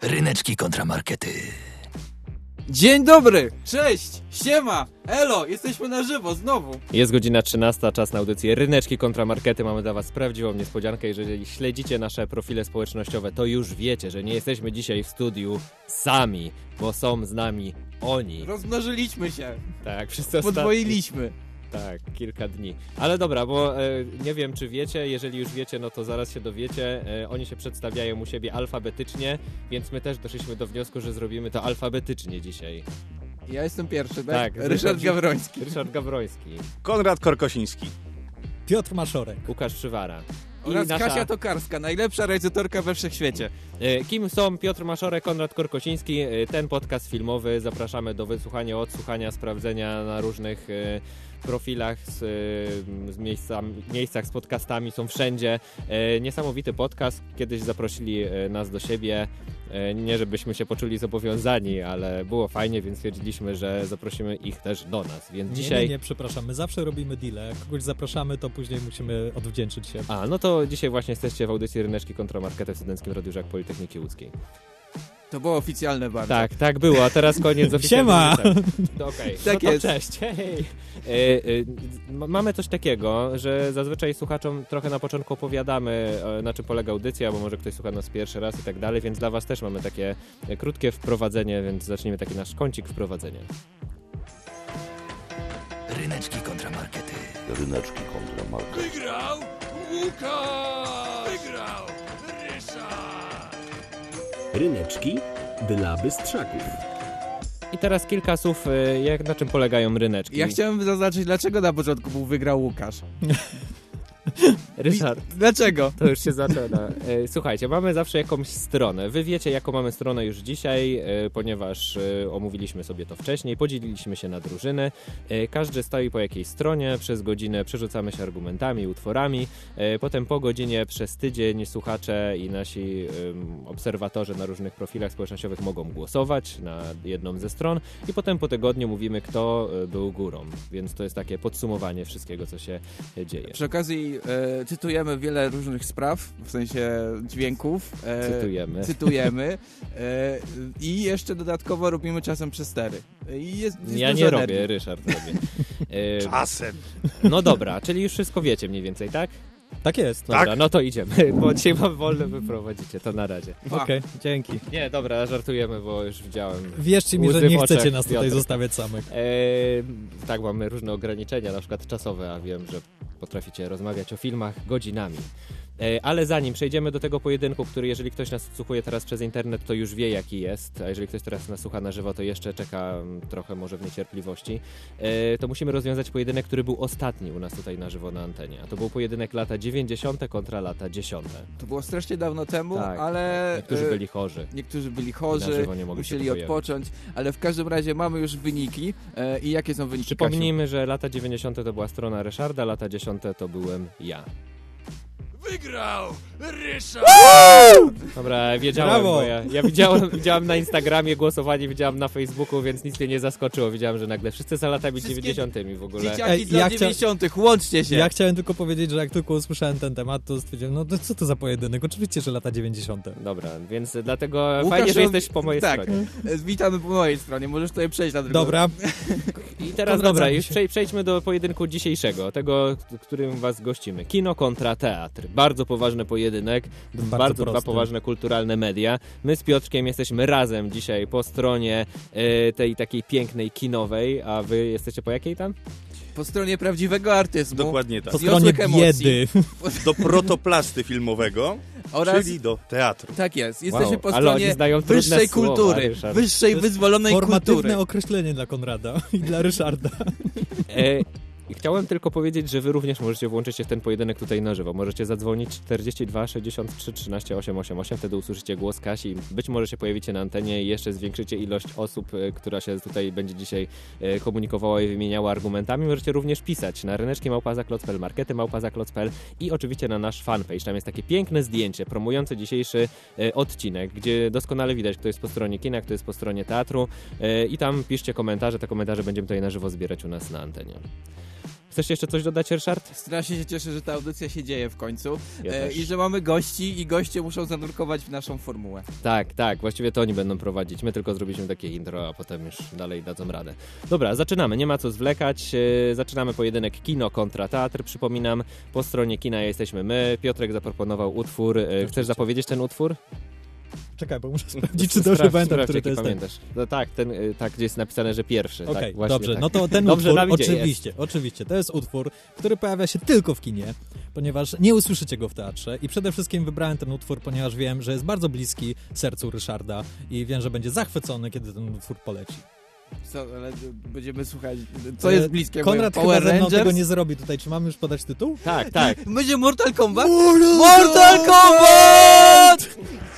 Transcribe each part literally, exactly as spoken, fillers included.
Ryneczki kontramarkety. Dzień dobry, cześć, siema, elo, jesteśmy na żywo znowu. Jest godzina trzynasta, czas na audycję Ryneczki kontramarkety. Mamy dla was prawdziwą niespodziankę. Jeżeli śledzicie nasze profile społecznościowe, to już wiecie, że nie jesteśmy dzisiaj w studiu sami, bo są z nami oni. Rozmnożyliśmy się, Tak, wszyscy ostatni... podwoiliśmy. Tak, kilka dni. Ale dobra, bo e, nie wiem, czy wiecie, jeżeli już wiecie, no to zaraz się dowiecie. E, oni się przedstawiają u siebie alfabetycznie, więc my też doszliśmy do wniosku, że zrobimy to alfabetycznie dzisiaj. Ja jestem pierwszy, tak? Tak, Ryszard Gawroński. Ryszard Gawroński. Konrad Korkosiński. Piotr Maszorek. Łukasz Przywara. I Oraz nasza... Kasia Tokarska, najlepsza realizatorka we wszechświecie. E, Kim są Piotr Maszorek, Konrad Korkosiński? E, Ten podcast filmowy zapraszamy do wysłuchania, odsłuchania, sprawdzenia na różnych e, profilach, z, z miejsca, miejscach z podcastami, są wszędzie. E, Niesamowity podcast, kiedyś zaprosili e, nas do siebie. E, Nie żebyśmy się poczuli zobowiązani, ale było fajnie, więc stwierdziliśmy, że zaprosimy ich też do nas. Więc Nie, dzisiaj... nie, nie, przepraszam, my zawsze robimy deale. Jak kogoś zapraszamy, to później musimy odwdzięczyć się. A, no to dzisiaj właśnie jesteście w audycji Ryneczki kontramarkety w Studenckim Radiu Żak Politechniki Łódzkiej. To było oficjalne bardzo. Tak, tak było, a teraz koniec oficjalny. Siema! To okej, Tak no to jest. cześć, hej! E, e, m- mamy coś takiego, że zazwyczaj słuchaczom trochę na początku opowiadamy, e, na czym polega audycja, bo może ktoś słucha nas pierwszy raz i tak dalej, więc dla was też mamy takie e, krótkie wprowadzenie, więc zacznijmy taki nasz kącik wprowadzenia. Ryneczki kontramarkety. Ryneczki kontramarkety. Wygrał Łukasz! Wygrał Ryszard! Ryneczki dla bystrzaków. I teraz kilka słów, e, jak, na czym polegają ryneczki. Ja chciałem zaznaczyć, dlaczego na początku był wygrał Łukasz. Ryszard. Dlaczego? To już się zaczyna. E, Słuchajcie, mamy zawsze jakąś stronę. Wy wiecie, jaką mamy stronę już dzisiaj, e, ponieważ e, omówiliśmy sobie to wcześniej, podzieliliśmy się na drużyny. E, Każdy stoi po jakiejś stronie, przez godzinę przerzucamy się argumentami, utworami. E, Potem po godzinie przez tydzień słuchacze i nasi em, obserwatorzy na różnych profilach społecznościowych mogą głosować na jedną ze stron i potem po tygodniu mówimy, kto e, był górą. Więc to jest takie podsumowanie wszystkiego, co się e, dzieje. Przy okazji e, cytujemy wiele różnych spraw, w sensie dźwięków. E, Cytujemy. Cytujemy. E, I jeszcze dodatkowo robimy czasem przestery. I jest, jest Ja dużo nie energii. robię, Ryszard robię. E, Czasem. No dobra, czyli już wszystko wiecie mniej więcej, tak? Tak jest. Dobra, Tak. no to idziemy, bo dzisiaj mam wolne, wy prowadzicie, to na razie. Okej, dzięki. Nie, dobra, żartujemy, bo już widziałem. Wierzcie mi, Łzy że w nie oczach chcecie nas tutaj Piotra. zostawiać samych. Eee, tak, mamy różne ograniczenia, na przykład czasowe, a wiem, że potraficie rozmawiać o filmach godzinami. Eee, ale zanim przejdziemy do tego pojedynku, który jeżeli ktoś nas słuchuje teraz przez internet, to już wie jaki jest, a jeżeli ktoś teraz nas słucha na żywo, to jeszcze czeka mm, trochę może w niecierpliwości, eee, to musimy rozwiązać pojedynek, który był ostatni u nas tutaj na żywo na antenie, a to był pojedynek lata dziewięćdziesiąte kontra lata dziesiąte. To było strasznie dawno temu, Tak, ale... Niektórzy e, byli chorzy. Niektórzy byli Na chorzy, żywo nie mogli się musieli pojawić. odpocząć, ale w każdym razie mamy już wyniki. E, I jakie są wyniki, Przypomnijmy, że lata dziewięćdziesiąte to była strona Ryszarda, lata dziesiąte to byłem ja. Wygrał Ryszard! Dobra, wiedziałem, Brawo! bo ja, ja widziałem, widziałem na Instagramie głosowanie, widziałem na Facebooku, więc nic mnie nie zaskoczyło. Widziałem, że nagle wszyscy za latami Wszystkie dziewięćdziesiątymi w ogóle. Dzieciaki Ej, dla ja chcia- dziewięćdziesiątych, łączcie się! Ja chciałem tylko powiedzieć, że jak tylko usłyszałem ten temat, to stwierdziłem, no to co to za pojedynek? Oczywiście, że lata dziewięćdziesiąte. Dobra, więc dlatego Łukasz fajnie, że robi- jesteś po mojej tak. stronie. E, Witamy po mojej stronie, możesz tutaj przejść na drugą. Dobra, I teraz To dobra, dobra, już się- przej- przejdźmy do pojedynku dzisiejszego, tego, w którym was gościmy. Kino kontra teatr. Bardzo poważny pojedynek, bardzo, bardzo dwa prosty. poważne kulturalne media. My z Piotrkiem jesteśmy razem dzisiaj po stronie e, tej takiej pięknej kinowej, a wy jesteście po jakiej tam? Po stronie prawdziwego artyzmu Dokładnie tak. po Zniosłych stronie emocji. biedy. Do protoplasty filmowego, oraz... czyli do teatru. Tak jest, jesteśmy Wow, po ale oni stronie znają trudne wyższej słowa, kultury, Ryszard. wyższej, To jest wyzwolonej Formatywne kultury. określenie dla Konrada i dla Ryszarda. E, Chciałem tylko powiedzieć, że wy również możecie włączyć się w ten pojedynek tutaj na żywo. Możecie zadzwonić czterdzieści dwa sześćdziesiąt trzy trzynaście osiemset osiemdziesiąt osiem, wtedy usłyszycie głos Kasi. Być może się pojawicie na antenie i jeszcze zwiększycie ilość osób, e, która się tutaj będzie dzisiaj e, komunikowała i wymieniała argumentami. Możecie również pisać na ryneczki małpa zaklot kropka p l, markety małpa zaklot kropka p l i oczywiście na nasz fanpage. Tam jest takie piękne zdjęcie promujące dzisiejszy e, odcinek, gdzie doskonale widać, kto jest po stronie kina, kto jest po stronie teatru e, i tam piszcie komentarze. Te komentarze będziemy tutaj na żywo zbierać u nas na antenie. Chcesz jeszcze coś dodać, Ryszard? Strasznie się cieszę, że ta audycja się dzieje w końcu Ja e, też. i że mamy gości i goście muszą zanurkować w naszą formułę. Tak, tak, właściwie to oni będą prowadzić. My tylko zrobiliśmy takie intro, a potem już dalej dadzą radę. Dobra, zaczynamy, nie ma co zwlekać. E, zaczynamy pojedynek kino kontra teatr. Przypominam, po stronie kina jesteśmy my. Piotrek zaproponował utwór. E, chcesz zapowiedzieć ten utwór? Czekaj, bo muszę sprawdzić, czy dobrze Sprawdź, pamiętam, sprawdź, który to jaki jest ten. pamiętasz. No tak, ten, y, tak, gdzie jest napisane, że pierwszy. Okej, tak, właśnie dobrze, tak. no to ten Dobrze, utwór, Dawidzie, oczywiście, jest. oczywiście, to jest utwór, który pojawia się tylko w kinie, ponieważ nie usłyszycie go w teatrze i przede wszystkim wybrałem ten utwór, ponieważ wiem, że jest bardzo bliski sercu Ryszarda i wiem, że będzie zachwycony, kiedy ten utwór poleci. Co, ale będziemy słuchać, co jest bliskie? Konrad Power chyba ze mną Rangers? tego nie zrobi tutaj. Czy mamy już podać tytuł? Tak, tak. Będzie Mortal Kombat? Mortal Kombat!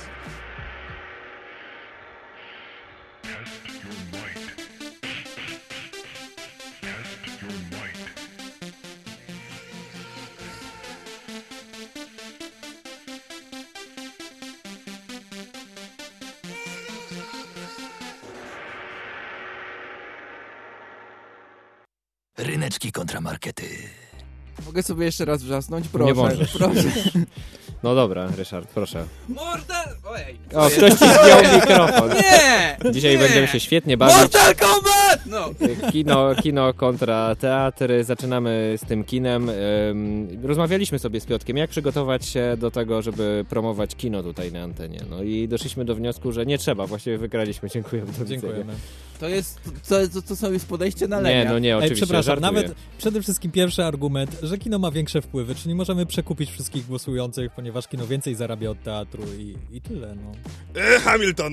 Ryneczki kontra markety. Mogę sobie jeszcze raz wrzasnąć? Proszę, Nie możesz. proszę. No dobra, Ryszard, proszę. Mortal... Ojej. O, ktoś ci zdjął mikrofon. Nie! Dzisiaj nie. będziemy się świetnie bawić. Mortal Kombat! No. Kino, kino kontra teatr. Zaczynamy z tym kinem. Ym, rozmawialiśmy sobie z Piotrkiem, jak przygotować się do tego, żeby promować kino tutaj na antenie. No i doszliśmy do wniosku, że nie trzeba. Właściwie wygraliśmy. Dziękuję. Do widzenia. Dziękujemy. To jest, to, to, to są już podejście na lenia. Nie, no nie, Ej, oczywiście, przepraszam, żartuję. nawet przede wszystkim pierwszy argument, że kino ma większe wpływy, czyli możemy przekupić wszystkich głosujących, ponieważ kino więcej zarabia od teatru i, i tyle, no. E, Hamilton!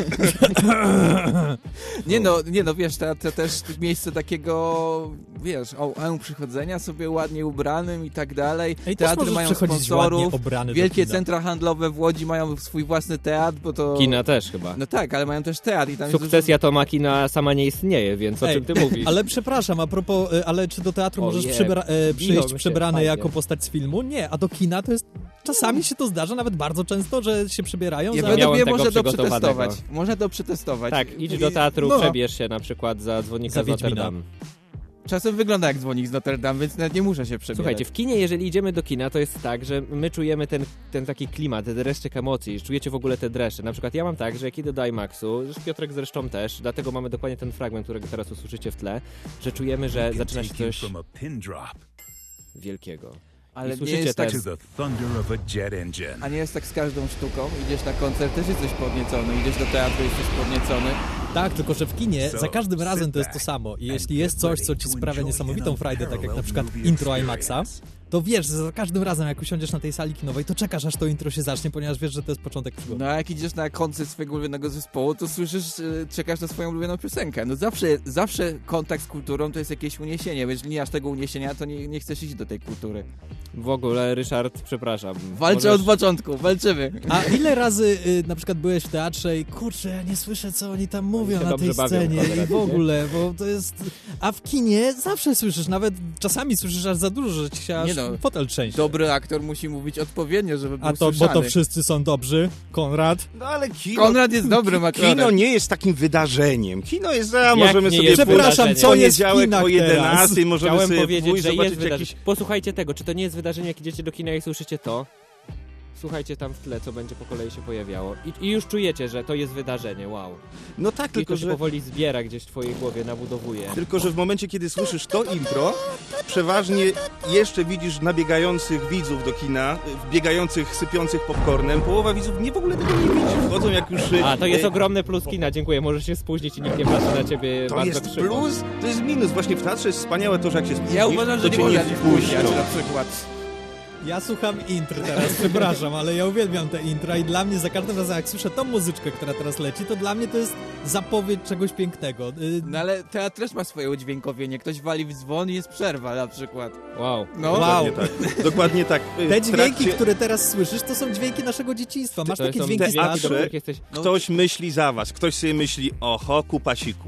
Nie no, nie no, wiesz, to, to też miejsce takiego, wiesz, o, o przychodzenia sobie ładnie ubranym i tak dalej. Ej, też Teatry możesz mają przychodzić ładnie sponsorów, obrany do wielkie kina. centra handlowe w Łodzi mają swój własny teatr, bo to... Kina też chyba. No tak, ale mają też teatr i tam jest Sukcesja Toma kina sama nie istnieje, więc o Ej, czym ty mówisz? Ale przepraszam, a propos, y, ale czy do teatru O możesz je, przybra- e, biją przyjść się, przebrany fajnie. jako postać z filmu? Nie, a do kina to jest... Czasami się to zdarza, nawet bardzo często, że się przebierają Ja za... miałem według mnie tego może to przygotowanego. przetestować. Można to przetestować. Tak, idź do teatru, No. przebierz się na przykład za dzwonnika Za z Wiedźmina. Notre Dame. Czasem wygląda jak dzwonik z Notre Dame, więc nawet nie muszę się przebierać. Słuchajcie, w kinie, jeżeli idziemy do kina, to jest tak, że my czujemy ten, ten taki klimat, ten dreszczyk emocji, czujecie w ogóle te dreszcze. Na przykład ja mam tak, że jak idę do IMAXu, Piotrek zresztą też, dlatego mamy dokładnie ten fragment, którego teraz usłyszycie w tle, że czujemy, że zaczyna się coś from a pin drop wielkiego. Ale I nie słyszycie jest tak, też- to the thunder of a jet engine. a nie jest tak z każdą sztuką. Idziesz na koncert, też jesteś podniecony. Idziesz do teatru, jesteś podniecony. Tak, tylko że w kinie So, za każdym razem sit to jest to back samo. I and jeśli get jest coś, ready co ci to sprawia enjoy niesamowitą an frajdę, tak jak na unparalleled przykład movie intro IMAXa, experience. to wiesz, że za każdym razem jak usiądziesz na tej sali kinowej, to czekasz aż to intro się zacznie, ponieważ wiesz, że to jest początek przygody. No a jak idziesz na koncert swojego ulubionego zespołu, to słyszysz, y, czekasz na swoją ulubioną piosenkę. No zawsze, zawsze kontakt z kulturą to jest jakieś uniesienie. Bo jeżeli nie masz tego uniesienia, to nie, nie chcesz iść do tej kultury. W ogóle, Ryszard, przepraszam. Walczę możesz- od początku, walczymy. A ile razy y, na przykład byłeś w teatrze i kurczę, ja nie słyszę, co oni tam mówią się na tej dobrze bawią scenie i w generalnie. ogóle, bo to jest... A w kinie zawsze słyszysz, nawet czasami słyszysz aż za dużo, że ci się aż Nie no, fotel trzęsie. Dobry aktor musi mówić odpowiednio, żeby był A to, bo słyszany. to wszyscy są dobrzy, Konrad. No ale kino... Konrad jest dobrym aktorem. Kino nie jest takim wydarzeniem. Kino jest, a możemy nie sobie jest pójść Przepraszam, wydarzenie? co jest w poniedziałek kinach o jedenastej, możemy Chciałem sobie powiedzieć, pójść, że jest zobaczyć wydarzenie. jakiś... Posłuchajcie tego, czy to nie jest wydarzenie, jak idziecie do kina i słyszycie to? Słuchajcie tam w tle, co będzie po kolei się pojawiało. I, i już czujecie, że to jest wydarzenie, wow. No tak, I tylko to się że... powoli zbiera gdzieś w twojej głowie, nabudowuje. Tylko, że w momencie, kiedy słyszysz to intro, przeważnie jeszcze widzisz nabiegających widzów do kina, biegających, sypiących popcornem. Połowa widzów nie w ogóle tego nie widzi. Wchodzą jak już... A, to jest e, ogromny plus kina, dziękuję. Możesz się spóźnić i nikt nie patrzy na ciebie To bardzo jest krzywo. plus, to jest minus. Właśnie w teatrze jest wspaniałe to, że jak się spóźnisz, Ja uważam, że to nie cię można nie się spóźniać wpuszczą. na przykład. Ja słucham intr teraz, przepraszam, ale ja uwielbiam te intra i dla mnie za każdym razem jak słyszę tą muzyczkę, która teraz leci, to dla mnie to jest zapowiedź czegoś pięknego. Y, No ale teatr też ma swoje udźwiękowienie. Ktoś wali w dzwon i jest przerwa na przykład. Wow. No. Wow. Dokładnie tak. Dokładnie tak. Te W dźwięki, trakcie które teraz słyszysz, to są dźwięki naszego dzieciństwa. Masz To takie są dźwięki z dźwięki, teatrze. do których jesteś... Ktoś myśli za was. Ktoś sobie myśli, oho, kupasiku.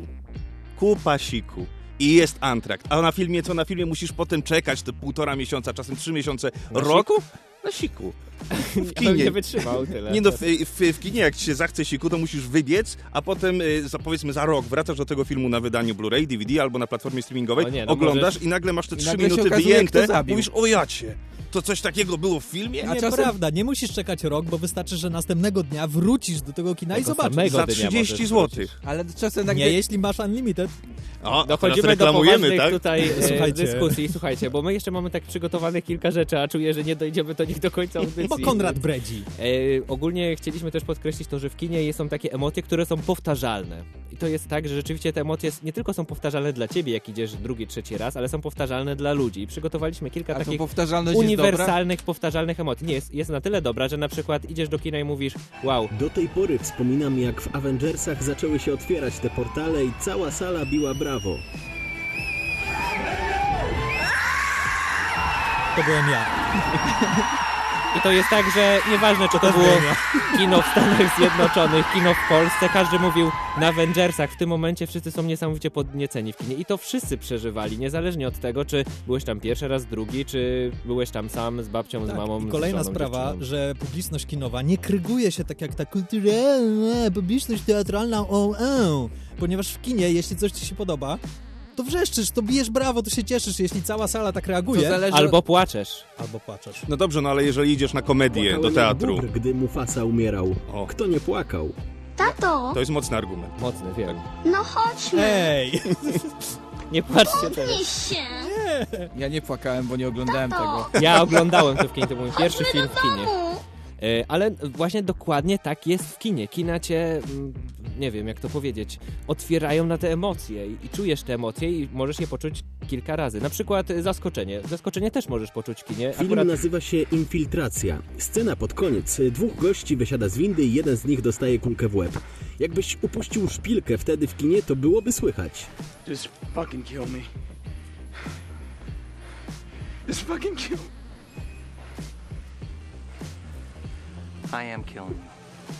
Kupasiku. I jest antrakt. A na filmie co? Na filmie musisz potem czekać te półtora miesiąca, czasem trzy miesiące Właśnie- roku? Na siku. W Ja bym kinie. nie wytrzymał tyle. Nie no, w, w, w kinie jak ci się zachce siku, to musisz wybiec, a potem y, za, powiedzmy za rok wracasz do tego filmu na wydaniu Blu-ray, D V D albo na platformie streamingowej, O nie, no oglądasz możesz- i nagle masz te I trzy nagle się minuty okazuje, wyjęte, kto zabił. mówisz, o jacie, to coś takiego było w filmie? Nie, A czasem- prawda, nie musisz czekać rok, bo wystarczy, że następnego dnia wrócisz do tego kina i Tego zobaczysz. samego Za dnia trzydzieści możesz złotych. Ale czasem nagle... Nie, jeśli masz Unlimited. O, a teraz Dochodzimy do reklamujemy, poważnych tak? tutaj e, Słuchajcie. dyskusji. Słuchajcie, bo my jeszcze mamy tak przygotowane kilka rzeczy, a czuję, że nie dojdziemy do nich do końca audycji. Bo Konrad bredzi. E, ogólnie chcieliśmy też podkreślić to, że w kinie są takie emocje, które są powtarzalne. I to jest tak, że rzeczywiście te emocje nie tylko są powtarzalne dla ciebie, jak idziesz drugi, trzeci raz, ale są powtarzalne dla ludzi. I przygotowaliśmy kilka A to takich powtarzalność jest dobra? uniwersalnych, powtarzalnych emocji. Nie, jest, jest na tyle dobra, że na przykład idziesz do kina i mówisz, wow, Do tej pory wspominam, jak w Avengersach zaczęły się otwierać te portale i cała sala biła brawo. To byłem ja. i to jest tak, że nieważne, czy to było kino w Stanach Zjednoczonych, kino w Polsce, każdy mówił na Avengersach. W tym momencie wszyscy są niesamowicie podnieceni w kinie i to wszyscy przeżywali, niezależnie od tego, czy byłeś tam pierwszy raz, drugi, czy byłeś tam sam z babcią, z mamą, I kolejna z żoną, sprawa, dziewczyną. że publiczność kinowa nie kryguje się tak jak ta kulturalna, publiczność teatralna, o, o. Ponieważ w kinie, jeśli coś ci się podoba, to wrzeszczysz, to bijesz brawo, to się cieszysz. Jeśli cała sala tak To reaguje, zależy Albo płaczesz. albo płaczesz. No dobrze, no ale jeżeli idziesz na komedię do Płakałem teatru, jak bóbr, gdy Mufasa umierał. O. Kto nie płakał? Tato, to jest mocny argument. Mocny, wiem. no chodźmy. Ej! Nie płaczcie teraz. Podnieś się. Ja nie płakałem, bo nie oglądałem Tato. tego. Ja oglądałem to w kinie, to był mój pierwszy Chodźmy film do w kinie. domu. E, Ale właśnie dokładnie tak jest w kinie. Kina cię, mm, nie wiem jak to powiedzieć, otwierają na te emocje i, i czujesz te emocje i możesz je poczuć kilka razy. Na przykład e, zaskoczenie. Zaskoczenie też możesz poczuć w kinie. Film Akurat nazywa się Infiltracja. Scena pod koniec. Dwóch gości wysiada z windy i jeden z nich dostaje kulkę w łeb. Jakbyś upuścił szpilkę wtedy w kinie, to byłoby słychać. Just fucking kill me. Just fucking kill me. I am killing you.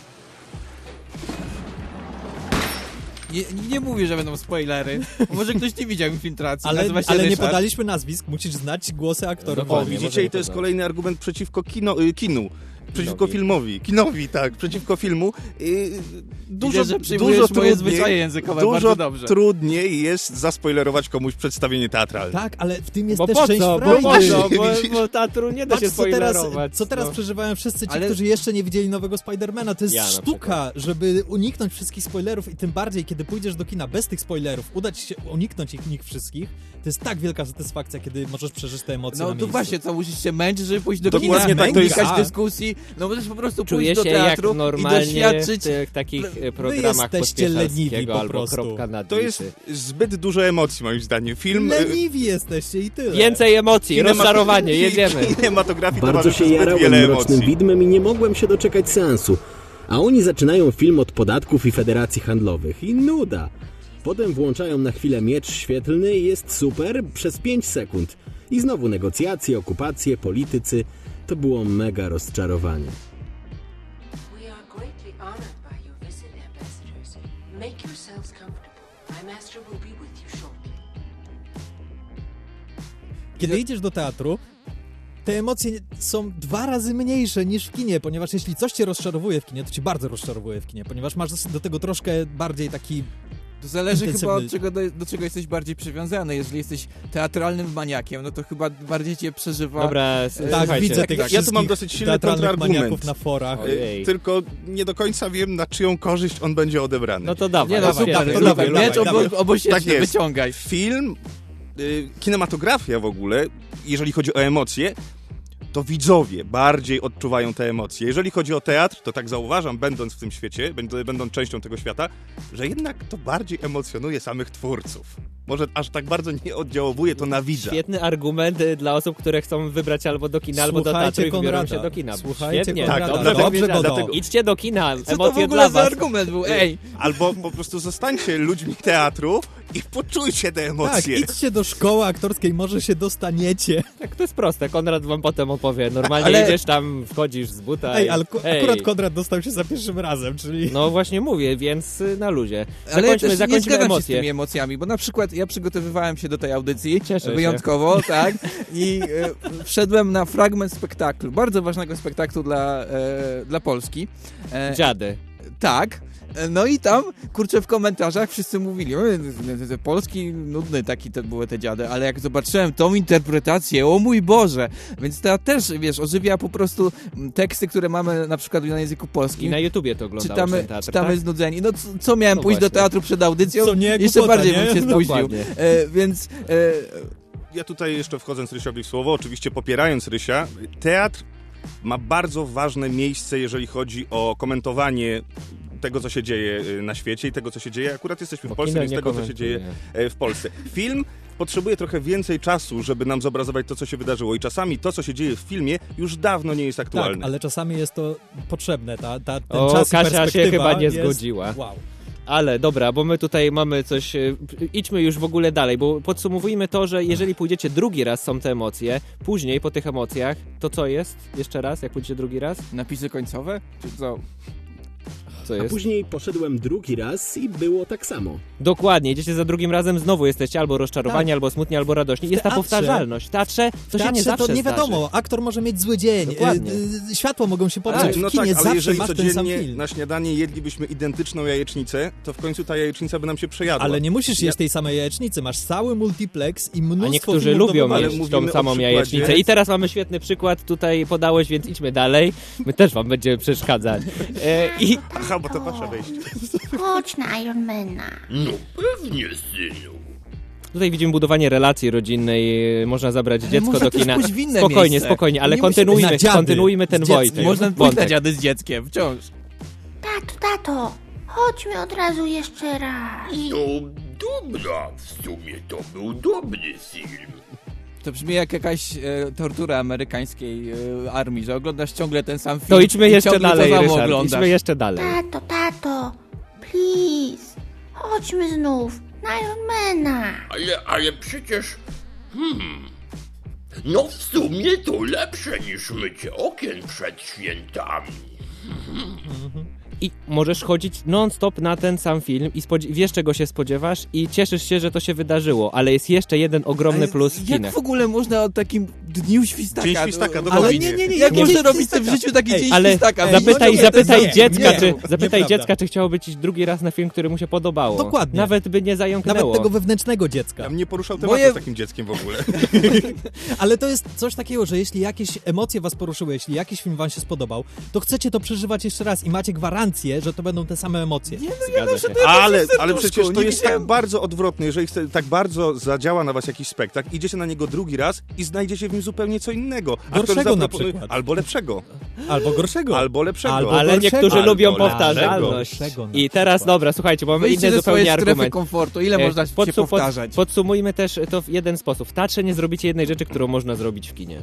Nie, nie mówię, że będą spoilery. Może ktoś nie widział Infiltracji. Ale, nazywa się ale nie Ryszard. podaliśmy nazwisk, musisz znać głosy aktorów. Dokładnie. O, może widzicie, nie i to jest poznam. kolejny argument przeciwko kino, y, kinu. Przeciwko Kinowi. filmowi. Kinowi, tak, przeciwko filmu. Y, dużo, Widzę, że przyjmujesz dużo moje trudniej, zwyczaje językowe dużo bardzo dobrze. trudniej jest zaspoilerować komuś przedstawienie teatralne. Tak, ale w tym jest Bo też po część co? Bo frajdy. po co? Bo, Widzisz? bo teatru nie da Patrz, się co teraz, spoilerować. co teraz no. przeżywają wszyscy ci, Ale- którzy jeszcze nie widzieli nowego Spidermana. To jest Ja na sztuka, żeby uniknąć wszystkich spoilerów i tym bardziej, kiedy pójdziesz do kina bez tych spoilerów, uda ci się uniknąć ich nich wszystkich, to jest tak wielka satysfakcja, kiedy możesz przeżyć te emocje No na to miejscu. właśnie, co musisz się męczyć, żeby pójść do Dokładnie kina, tak, to jest- unikać a. dyskusji, no możesz po prostu Czuję pójść do się jak teatru i normalnie doświadczyć. w tych takich e, Wy programach jesteście leniwi Pospieszalskiego po albo prostu. Kropka nad To jest zbyt dużo emocji, moim zdaniem. Film... y, Leniwi jesteście i tyle. Więcej emocji, kinema- rozczarowanie, jedziemy. Kinematografii Bardzo towarzyszy się zbyt jarałem wiele Mrocznym emocji. Widmem i nie mogłem się doczekać seansu. A oni zaczynają film od podatków i federacji handlowych. I nuda. Potem włączają na chwilę miecz świetlny i jest super przez pięć sekund. I znowu negocjacje, okupacje, politycy. To było mega rozczarowanie. We are greatly honored by your visit, ambassadors. Make yourselves comfortable. My master will be with you shortly. Kiedy idziesz do teatru, te emocje są dwa razy mniejsze niż w kinie, ponieważ jeśli coś cię rozczarowuje w kinie, to cię bardzo rozczarowuje w kinie, ponieważ masz do tego troszkę bardziej taki... To zależy intensywny. chyba od czego do, do czego jesteś bardziej przywiązany. Jeżeli jesteś teatralnym maniakiem, no to chyba bardziej cię przeżywa. Dobra, E, s- Tak, słuchajcie. widzę tych ja tu wszystkich mam dosyć silny teatralnych kontrargument. maniaków na forach. Ojej. Y, Tylko nie do końca wiem, na czyją korzyść on będzie odebrany. No to dawaj, Nie no, dawaj, super, dawaj, to super. dawaj, Miecz dawaj, obo, obosieczny, Tak jest. wyciągaj. Film, y, kinematografia w ogóle, jeżeli chodzi o emocje, to widzowie bardziej odczuwają te emocje. Jeżeli chodzi o teatr, to tak zauważam, będąc w tym świecie, będ- będąc częścią tego świata, że jednak to bardziej emocjonuje samych twórców. Może aż tak bardzo nie oddziałuje to na widza. Świetny argument y, dla osób, które chcą wybrać albo do kina, albo do Słuchajcie teatru i wybiorą Konrada. się do kina. Słuchajcie Świetnie, Konrada. tak, Tak, dobrze, dobrze, powiedziane. Bodo. Dlatego Idźcie do kina, Co to w emocje ogóle dla za was. argument był? Ej! Albo po prostu zostańcie ludźmi teatru i poczujcie te Tak, emocje. idźcie do szkoły aktorskiej, może się dostaniecie. Tak, to jest proste. Konrad wam potem opowie. Normalnie Ale- jedziesz tam, wchodzisz z buta Ej, i... ale ku- Ej. akurat Konrad dostał się za pierwszym razem, czyli... No właśnie mówię, więc y, na luzie. Ale Zakończmy, ja też nie zakończmy zgadzam się z emocje. tymi emocjami, bo na przykład ja przygotowywałem się do tej audycji Cieszę się. wyjątkowo, tak, i e, wszedłem na fragment spektaklu, bardzo ważnego spektaklu dla, e, dla Polski. E, Dziady. Tak. No i tam, kurczę, w komentarzach wszyscy mówili, o, polski nudny taki to były te dziady, ale jak zobaczyłem tą interpretację, o mój Boże, więc ta też, wiesz, ożywia po prostu teksty, które mamy na przykład na języku I polskim. na YouTubie to oglądałeś Czytamy, ten teatr, czytamy tak? znudzeni. No co, co miałem No pójść właśnie. do teatru przed audycją? Co nie, Jeszcze głupota, bardziej nie? bym się spóźnił. Dokładnie. E, więc... E, Ja tutaj jeszcze wchodząc Rysiowi w słowo, oczywiście popierając Rysia, teatr ma bardzo ważne miejsce, jeżeli chodzi o komentowanie tego, co się dzieje y, na świecie i tego, co się dzieje. Akurat jesteśmy w Bo Polsce, kino więc nie tego, co się komentuje. dzieje e, w Polsce. Film potrzebuje trochę więcej czasu, żeby nam zobrazować to, co się wydarzyło i czasami to, co się dzieje w filmie, już dawno nie jest Tak, aktualne. ale czasami jest to potrzebne, ta, ta, ten O, czas i Kasia się perspektywa chyba nie jest... zgodziła. Wow. Ale dobra, bo my tutaj mamy coś... e, Idźmy już w ogóle dalej, bo podsumowujmy to, że jeżeli pójdziecie drugi raz, są te emocje, później po tych emocjach, to co jest? Jeszcze raz, jak pójdziecie drugi raz? napisy końcowe? Czy co? Co A jest? później poszedłem drugi raz i było tak samo. Dokładnie, idziecie za drugim razem, znowu jesteście albo rozczarowani, Tak. albo smutni, albo radośni. W Jest ta teatrze- powtarzalność. W teatrze to W się nie teatrze zawsze to nie zdarzy. wiadomo, aktor może mieć zły dzień, Dokładnie. y, y, światło mogą się popsuć, no w kinie tak, ale zawsze jeżeli masz ten sam codziennie film. na śniadanie jedlibyśmy identyczną jajecznicę, to w końcu ta jajecznica by nam się przejadła. Ale nie musisz Ja- jeść tej samej jajecznicy, masz cały multiplex i mnóstwo A niektórzy filmów do lubią wyboru. Ale jeść tą mówimy o samą przykładzie- jajecznicę. I teraz mamy świetny przykład, tutaj podałeś, więc idźmy dalej. My też wam będziemy przeszkadzać. E, I Aha, bo to wasze wejście. Chodź na Ironmana. No pewnie, synu. tutaj widzimy budowanie relacji rodzinnej. Można zabrać dziecko można do też kina. pójść w inne Spokojnie, miejsce. spokojnie, ale Nie musimy kontynuujmy, na dziady kontynuujmy ten z dzieckiem. Wojtek. Można pójść na wątek. dziady z dzieckiem, wciąż. Tato, tato, chodźmy od razu jeszcze raz. No dobra, w sumie to był dobry film. To brzmi jak jakaś e, tortura amerykańskiej e, armii, że oglądasz ciągle ten sam film. To idźmy i jeszcze ciągle dalej, to samo Ryszard. oglądasz. Idźmy jeszcze dalej. Tato, tato, please, chodźmy znów na Ironmana. Ale, ale przecież... Hmm... No w sumie to lepsze niż mycie okien przed świętami. I możesz chodzić non-stop na ten sam film i spodzi- wiesz, czego się spodziewasz i cieszysz się, że to się wydarzyło, ale jest jeszcze jeden ogromny Ale plus w jak kinach. w ogóle można o takim dniu świstaka... Dzień świstaka, no, dokładnie. ale nie, nie, nie, jak Nie, można dzień robić w świstaka. życiu taki Ej, dzień Ale świstaka? Ej, zapytaj, nie, zapytaj nie, dziecka, nie, czy, nie, zapytaj nieprawda. dziecka, czy chciałoby iść drugi raz na film, który mu się podobało. Dokładnie. Nawet by nie zająknęło. Nawet tego wewnętrznego dziecka. Ja bym nie poruszał tematu Moje- z takim dzieckiem w ogóle. Ale to jest coś takiego, że jeśli jakieś emocje was poruszyły, jeśli jakiś film wam się spodobał, to chcecie to przeżywać jeszcze raz i macie gwarancję, że to będą te same emocje. Zgadza się. Ale, w serduszku, ale przecież to nie jest widziałem. tak bardzo odwrotne. Jeżeli chce, tak bardzo zadziała na was jakiś spektakl, idziecie na niego drugi raz i znajdziecie w nim zupełnie co innego. Aktor Gorszego na zaproponuje- przykład. Albo lepszego. Albo gorszego. Albo lepszego. Albo Ale gorszego. niektórzy Albo lubią lepszego. powtarzalność. Gorszego na I teraz, przykład. dobra, słuchajcie, bo mamy Wyjdźcie inny ze swojej zupełnie strefy argument. komfortu. Ile E, można się podsu- pod- powtarzać? Podsumujmy też to w jeden sposób. W teatrze nie zrobicie jednej rzeczy, którą można zrobić w kinie.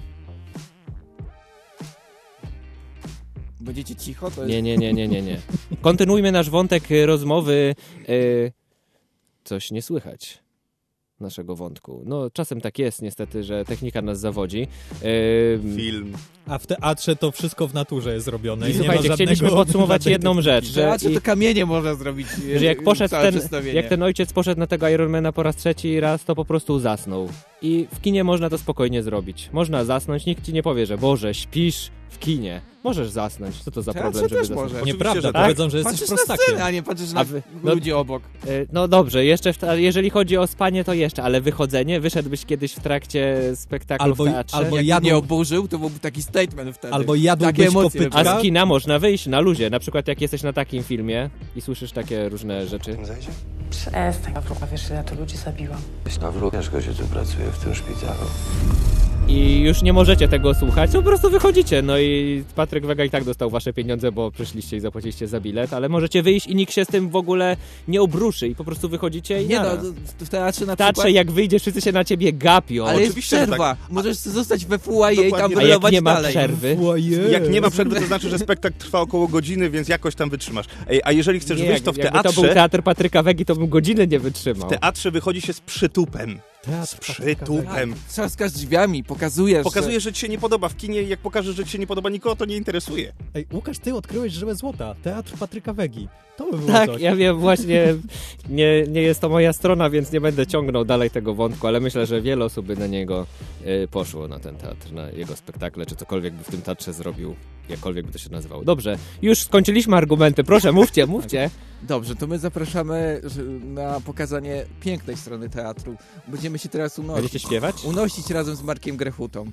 Będziecie cicho? To jest... Nie, nie, nie, nie, nie, nie. Kontynuujmy nasz wątek y, rozmowy. Y, coś nie słychać naszego wątku. No, czasem tak jest niestety, że technika nas zawodzi. Y, Film. A w teatrze to wszystko w naturze jest zrobione. I I nie słuchajcie, ma chcieliśmy żadnego- podsumować żadnej jedną rzecz, że, Że, i, to kamienie można zrobić. e, że jak poszedł całe ten, przedstawienie. jak ten ojciec poszedł na tego Ironmana po raz trzeci raz, to po prostu zasnął. I w kinie można to spokojnie zrobić. Można zasnąć, nikt ci nie powie, że Boże, śpisz w kinie. Możesz zasnąć. Co to za Teatrze problem, żeby też zasnąć? może. Nieprawda, że tak. powiedzą, że jesteś Patrzysz na prostakiem. scenę, a nie patrzysz na A wy- no- ludzi obok. Y, No dobrze, jeszcze w ta- jeżeli chodzi o spanie, to jeszcze, ale wychodzenie, wyszedłbyś kiedyś w trakcie spektaklu Albo- w teatrze? albo Jak jadł- nie oburzył, to byłby taki statement wtedy. Albo jadłbyś Takie emocje kopytka. A wypadają. z kina można wyjść na luzie, na przykład jak jesteś na takim filmie i słyszysz takie różne rzeczy. Zajdzie? Przestań, a wiesz, ile ja tu ludzi zabiłam. Nawró, ciężko się tu pracuje w tym szpitalu. i już nie możecie tego słuchać, to po prostu wychodzicie. No i Patryk Wega i tak dostał wasze pieniądze, bo przyszliście i zapłaciliście za bilet, ale możecie wyjść i nikt się z tym w ogóle nie obruszy i po prostu wychodzicie i Nie nara. no, w teatrze na W teatrze przykład... jak wyjdziesz, wszyscy się na ciebie gapią. Ale jest Oczywiście, przerwa. tak. Możesz zostać we foyer i tam Dokładnie. A jak brylować nie ma dalej. przerwy? Jak nie ma przerwy, to znaczy, że spektakl trwa około godziny, więc jakoś tam wytrzymasz. Ej, a jeżeli chcesz Nie, wyjść, to w jakby teatrze... to był teatr Patryka Wegi, to bym godziny nie wytrzymał. W teatrze wychodzi się z przytupem. Teatr Z przytupem. Trzaskasz drzwiami, pokazujesz, Pokazujesz, że ci się nie podoba w kinie i jak pokażesz, że ci się nie podoba, nikogo to nie interesuje. Ej, Łukasz, ty odkryłeś żyłę złota. Teatr Patryka Wegi. To by było Tak, coś. ja wiem, właśnie nie, nie jest to moja strona, więc nie będę ciągnął dalej tego wątku, ale myślę, że wiele osób by na niego y, poszło, na ten teatr, na jego spektakle, czy cokolwiek by w tym teatrze zrobił, jakkolwiek by to się nazywało. Dobrze, już skończyliśmy argumenty, proszę, mówcie, mówcie. Dobrze, to my zapraszamy że- na pokazanie pięknej strony teatru. Będziemy się teraz unosić. Będziecie śpiewać? Unosić razem z Markiem Grechutą.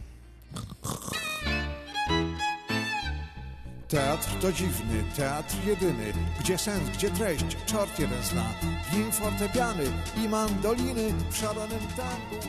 Teatr to dziwny, teatr jedyny, gdzie sens, gdzie treść, czort jeden zna. W nim fortepiany i mandoliny w szalonym tangu.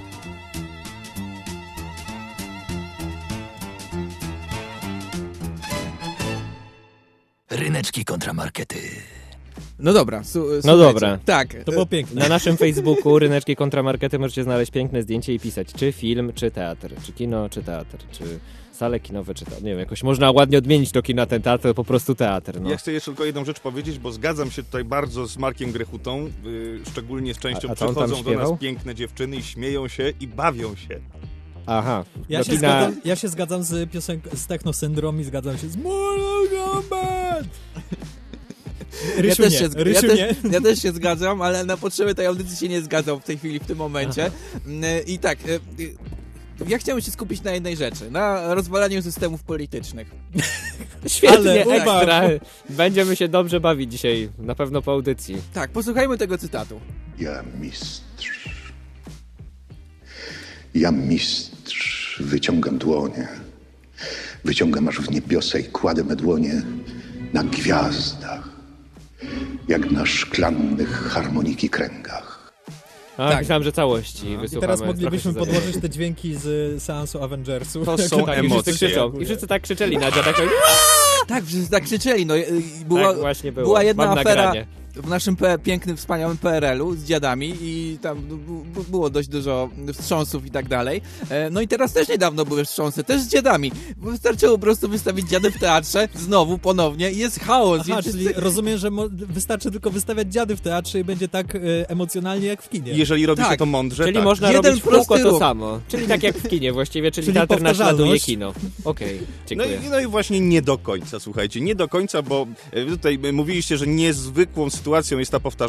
Ryneczki kontramarkety. No dobra, su- No słuchajcie. dobra. Tak. To było piękne. Na naszym Facebooku Ryneczki Kontramarkety możecie znaleźć piękne zdjęcie i pisać, czy film, czy teatr, czy kino, czy teatr, czy sale kinowe, czy teatr. Nie wiem, jakoś można ładnie odmienić to kino, ten teatr, to po prostu teatr. No. Ja chcę jeszcze tylko jedną rzecz powiedzieć, bo zgadzam się tutaj bardzo z Markiem Grechutą, yy, szczególnie z częścią A- a co on tam przychodzą do śpiewał? nas piękne dziewczyny i śmieją się i bawią się. Aha. Ja do się, kina- zgadzam, ja się zgadzam z piosenką, z Techno Syndrom i zgadzam się z Mortal Kombat! Rysiu ja też nie, się, zg- Rysiu ja, nie. też, ja też się zgadzam, ale na potrzeby tej audycji się nie zgadzam w tej chwili, w tym momencie. Mm, I tak, y, y, ja chciałem się skupić na jednej rzeczy, na rozwalaniu systemów politycznych. Świetnie, Ale uwaga. ekstra. Będziemy się dobrze bawić dzisiaj, na pewno po audycji. Tak, posłuchajmy tego cytatu. Ja mistrz. Ja mistrz. Wyciągam dłonie. Wyciągam aż w niebiosa i kładę me dłonie na gwiazdach. Jak na szklanych harmoniki kręgach. A, Tak. myślałem, że całości I wysłuchamy. teraz trochę moglibyśmy się podłożyć te dźwięki z seansu Avengersu. To Jak są się tak- I wszyscy emocje. krzyczą. I wszyscy tak krzyczeli na dziadach. Tak, wszyscy tak krzyczeli. No, y, była, Tak właśnie było. była jedna Mam afera nagranie. w naszym P- pięknym, wspaniałym P R L u z dziadami i tam b- b- było dość dużo wstrząsów i tak dalej. E, No i teraz też niedawno były wstrząsy, też z dziadami. Wystarczyło po prostu wystawić dziady w teatrze, znowu, ponownie i jest chaos. Aha, I czyli wszyscy- rozumiem, że mo- wystarczy tylko wystawiać dziady w teatrze i będzie tak e, emocjonalnie jak w kinie. Jeżeli robi Tak. się to mądrze, Czyli tak. można Jeden robić w kółko prosty to ruch. samo. Czyli tak jak w kinie właściwie, czyli, Czyli teatr naśladuje powtarzalność. kino. Okej, No dziękuję. i, no i właśnie nie do końca, słuchajcie, nie do końca, bo e, tutaj e, mówiliście, że niezwykłą sytuacją jest ta powtarzalność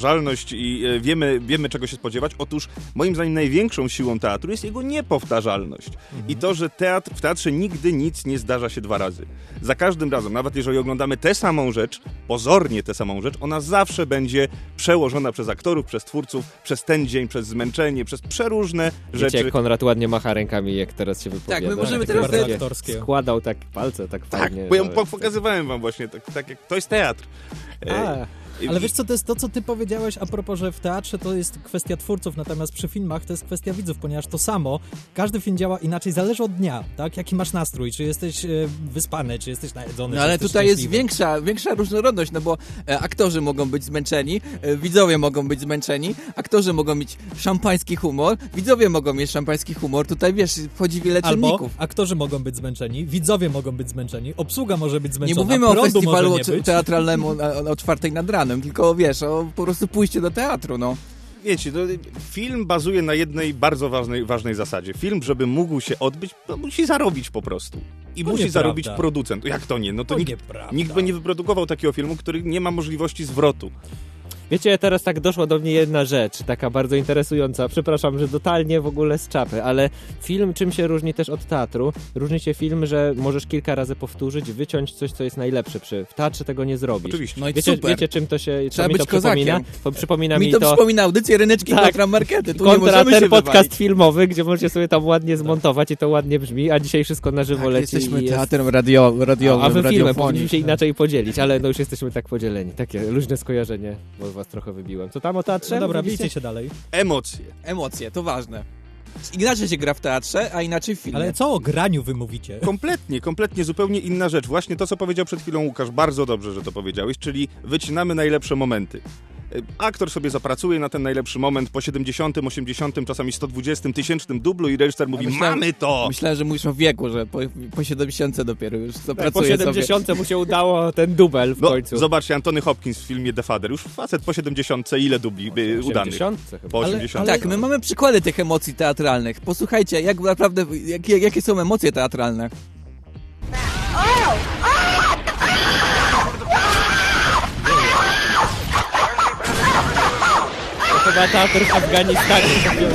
i e, wiemy, wiemy czego się spodziewać. Otóż moim zdaniem największą siłą teatru jest jego niepowtarzalność. I to, że teatr, w teatrze nigdy nic nie zdarza się dwa razy. Za każdym razem, nawet jeżeli oglądamy tę samą rzecz, pozornie tę samą rzecz, ona zawsze będzie przełożona przez aktorów, przez twórców, przez ten dzień, przez zmęczenie, przez przeróżne Wiecie, rzeczy. jak Konrad ładnie macha rękami, jak teraz się wypowiada. my możemy Takie teraz bardzo te- aktorskie. składał tak palce, tak Tak, fajnie. bo ja nawet. po- pokazywałem wam właśnie, tak, tak jak to jest teatr. E, A, Ale wiesz co, to jest to, co ty powiedziałeś a propos, że w teatrze to jest kwestia twórców, natomiast przy filmach to jest kwestia widzów, ponieważ to samo, każdy film działa inaczej, zależy od dnia, tak? Jaki masz nastrój, czy jesteś e, wyspany, czy jesteś najedzony, No czy ale jesteś tutaj jest szczęśliwy. większa, większa różnorodność, no bo e, aktorzy mogą być zmęczeni, e, widzowie mogą być zmęczeni, aktorzy mogą mieć szampański humor, widzowie mogą mieć szampański humor, tutaj wiesz, wchodzi wiele Albo czynników. aktorzy mogą być zmęczeni, widzowie mogą być zmęczeni, obsługa może być Nie zmęczona, mówimy o prądu festiwalu może nie być. teatralnemu o, o czwartej nad ranem, tylko wiesz, o po prostu pójście do teatru, no. Wiecie, no, film bazuje na jednej bardzo ważnej, ważnej zasadzie. Film, żeby mógł się odbyć, to musi zarobić po prostu. I To musi nieprawda. zarobić producent. Jak to nie? No to, To nikt, nieprawda. nikt by nie wyprodukował takiego filmu, który nie ma możliwości zwrotu. Wiecie, teraz tak doszła do mnie jedna rzecz, taka bardzo interesująca. Przepraszam, że totalnie w ogóle z czapy, ale film czym się różni też od teatru? Różni się film, że możesz kilka razy powtórzyć, wyciąć coś, co jest najlepsze. Przy, w teatrze tego nie zrobisz. Oczywiście. No i Wiecie, super. wiecie czym to się co Trzeba mi być to przypomina? kozakiem. To przypomina Mi mi to, to... przypomina audycję Ryneczki Tak. kontra Markety, tu nie Kontra możemy ten się podcast wywalić. filmowy, gdzie możecie sobie tam ładnie zmontować i to ładnie brzmi, a dzisiaj wszystko na żywo Tak, leci. jesteśmy i jest... teatrem radio, radiowym, A wy filmem radiofonii. powinniśmy się inaczej podzielić, ale no już jesteśmy tak podzieleni. Takie luźne skojarzenie, bo was trochę wybiłem. Co tam o teatrze? No dobra, Mówiliście? bijcie się dalej. Emocje. Emocje, to ważne. Inaczej się gra w teatrze, a inaczej w filmie. Ale co o graniu wy mówicie? Kompletnie, kompletnie zupełnie inna rzecz. Właśnie to, co powiedział przed chwilą Łukasz, bardzo dobrze, że to powiedziałeś, czyli wycinamy najlepsze momenty. Aktor sobie zapracuje na ten najlepszy moment po siedemdziesiątym, osiemdziesiątym, czasami sto dwudziestym, tysięcznym dublu i reżyser mówi, myślałem, mamy to! Myślałem, że mówisz o wieku, że po, po siedemdziesiątce dopiero już zapracuje tak, po siedemdziesiątce sobie. mu się udało ten dubel w no, końcu. Zobaczcie, Antony Hopkins w filmie The Father. Już facet po siedemdziesiątce, ile dubli by udanych? osiemdziesiątce chyba. Po osiemdziesiątce. Tak, my mamy przykłady tych emocji teatralnych. Posłuchajcie, jak naprawdę, jakie, jakie są emocje teatralne. To chyba teatr w Afganistanie.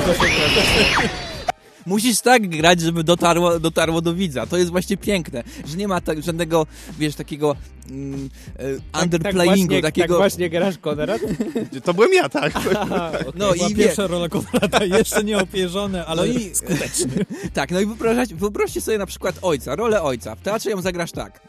Musisz tak grać, żeby dotarło, dotarło do widza. To jest właśnie piękne, że nie ma tak, żadnego, wiesz, takiego mm, tak, underplayingu, tak właśnie, takiego... Tak właśnie grasz, Konrad? To byłem ja, tak. Aha, okay. No i pierwsza rola Konrada, jeszcze nie opierzony, ale no i, skuteczny. Tak, no i wyobraźcie, wyobraźcie sobie na przykład ojca, rolę ojca. W teatrze ją zagrasz tak.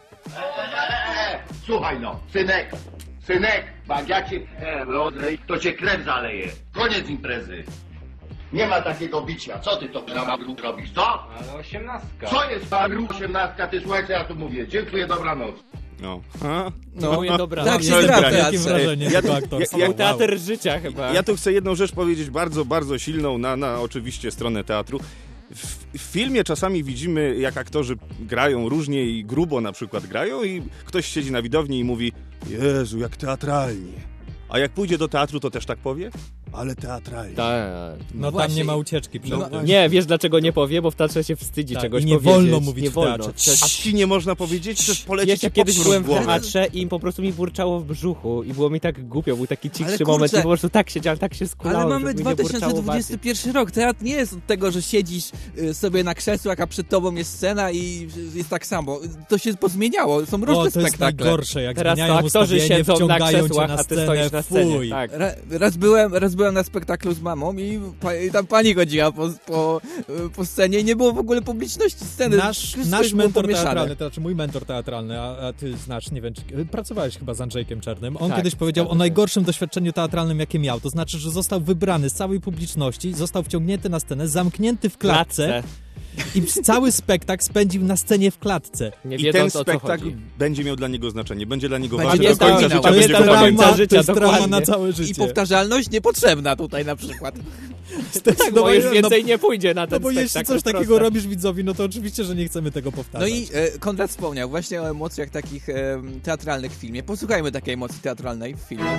Słuchaj no, synek, synek, jak ja cię rozlej, to cię krew zaleje. Koniec imprezy. Nie ma takiego bicia. Co ty to na magru robisz, co? Ale osiemnastka. Co jest magru osiemnastka? Ty słuchaj, co ja tu mówię. Dziękuję, dobranoc. No. A? No, Dziękuję, dobranoc. Tak się gra w Jakie teatrze. wrażenie Ja- tego aktorstwa. ja- Był teatr życia chyba. Ja tu chcę jedną rzecz powiedzieć bardzo, bardzo silną na, na oczywiście stronę teatru. W, w filmie czasami widzimy, jak aktorzy grają różnie i grubo na przykład grają i ktoś siedzi na widowni i mówi: Jezu, jak teatralnie. A jak pójdzie do teatru, to też tak powie? Ale teatralnie. Tak. No tam właśnie. nie ma ucieczki przed No, tym. Nie, wiesz dlaczego nie powie? Bo w teatrze się wstydzi Tak, czegoś i nie powiedzieć. wolno mówić nie w wolno. teatrze. Przecież- A ci nie można powiedzieć, że poleci Wiesz, ci ja kiedyś poprzór byłem w w głowę. teatrze i po prostu mi burczało w brzuchu i było mi tak głupio, był taki cichszy kurczę, moment i po prostu tak siedziałem, tak się skulałem, Ale mamy żeby mi dwa nie tysiące burczało dwudziesty pierwszy rok. Teatr nie jest od tego, że siedzisz y, sobie na krzesłach, a przed tobą jest scena i jest tak samo. To się pozmieniało. Są różne O, to jest spektakle. najgorsze, jak Teraz to zmieniają aktorzy ustawienie, siedzą na wciągają cię krzesłach, na a ty scenę, stoisz na scenie. fuj. Tak. Ra, raz, byłem, raz byłem na spektaklu z mamą i, pa, i tam pani chodziła po, po, po scenie i nie było w ogóle publiczności sceny. Nasz, Wszystko nasz już było mentor pomieszane. teatralny, to znaczy mój mentor teatralny, a, a ty znasz, nie wiem, czy pracowałeś chyba z Andrzejkiem Czernym. On Tak, kiedyś powiedział zgadza o się. najgorszym doświadczeniu teatralnym, jakie miał. To znaczy, że został wybrany z całej publiczności, został wciągnięty na scenę, zamknięty w klatce. Klatce. I cały spektakl spędził na scenie w klatce. Nie I wiedząc, ten o co spektakl chodzi. będzie miał dla niego znaczenie, będzie dla niego Będzie ważny do wspominał. końca życia. To To jest będzie go trauma- pamiętał. trauma, życia, to jest trauma dokładnie. na całe I życie. powtarzalność niepotrzebna tutaj na przykład. Tak, bo już więcej nie pójdzie na ten No bo jeśli spektakl, coś takiego proste. robisz widzowi, no to oczywiście, że nie chcemy tego No powtarzać. i e, Konrad wspomniał właśnie o emocjach takich e, teatralnych w filmie. Posłuchajmy takiej emocji teatralnej w filmie.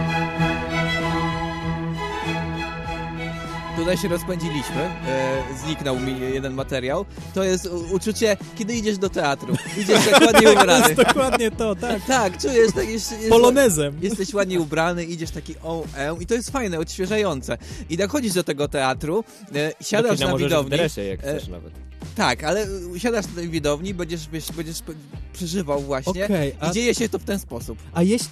Tutaj się rozpędziliśmy, e, zniknął mi jeden materiał. To jest u- uczucie, kiedy idziesz do teatru. Idziesz tak ładnie to ubrany. jest dokładnie to, tak. Tak, czujesz tak, jest, jest, Polonezem. jesteś ładnie ubrany, idziesz taki o, e, i to jest fajne, odświeżające. I dochodzisz do tego teatru, e, siadasz Do kina na możesz widowni. w dresie, jak e, chcesz nawet. Tak, ale siadasz na tej widowni, będziesz, wiesz, będziesz pe- przeżywał właśnie Okej, a- i dzieje się to w ten sposób. A jeśli...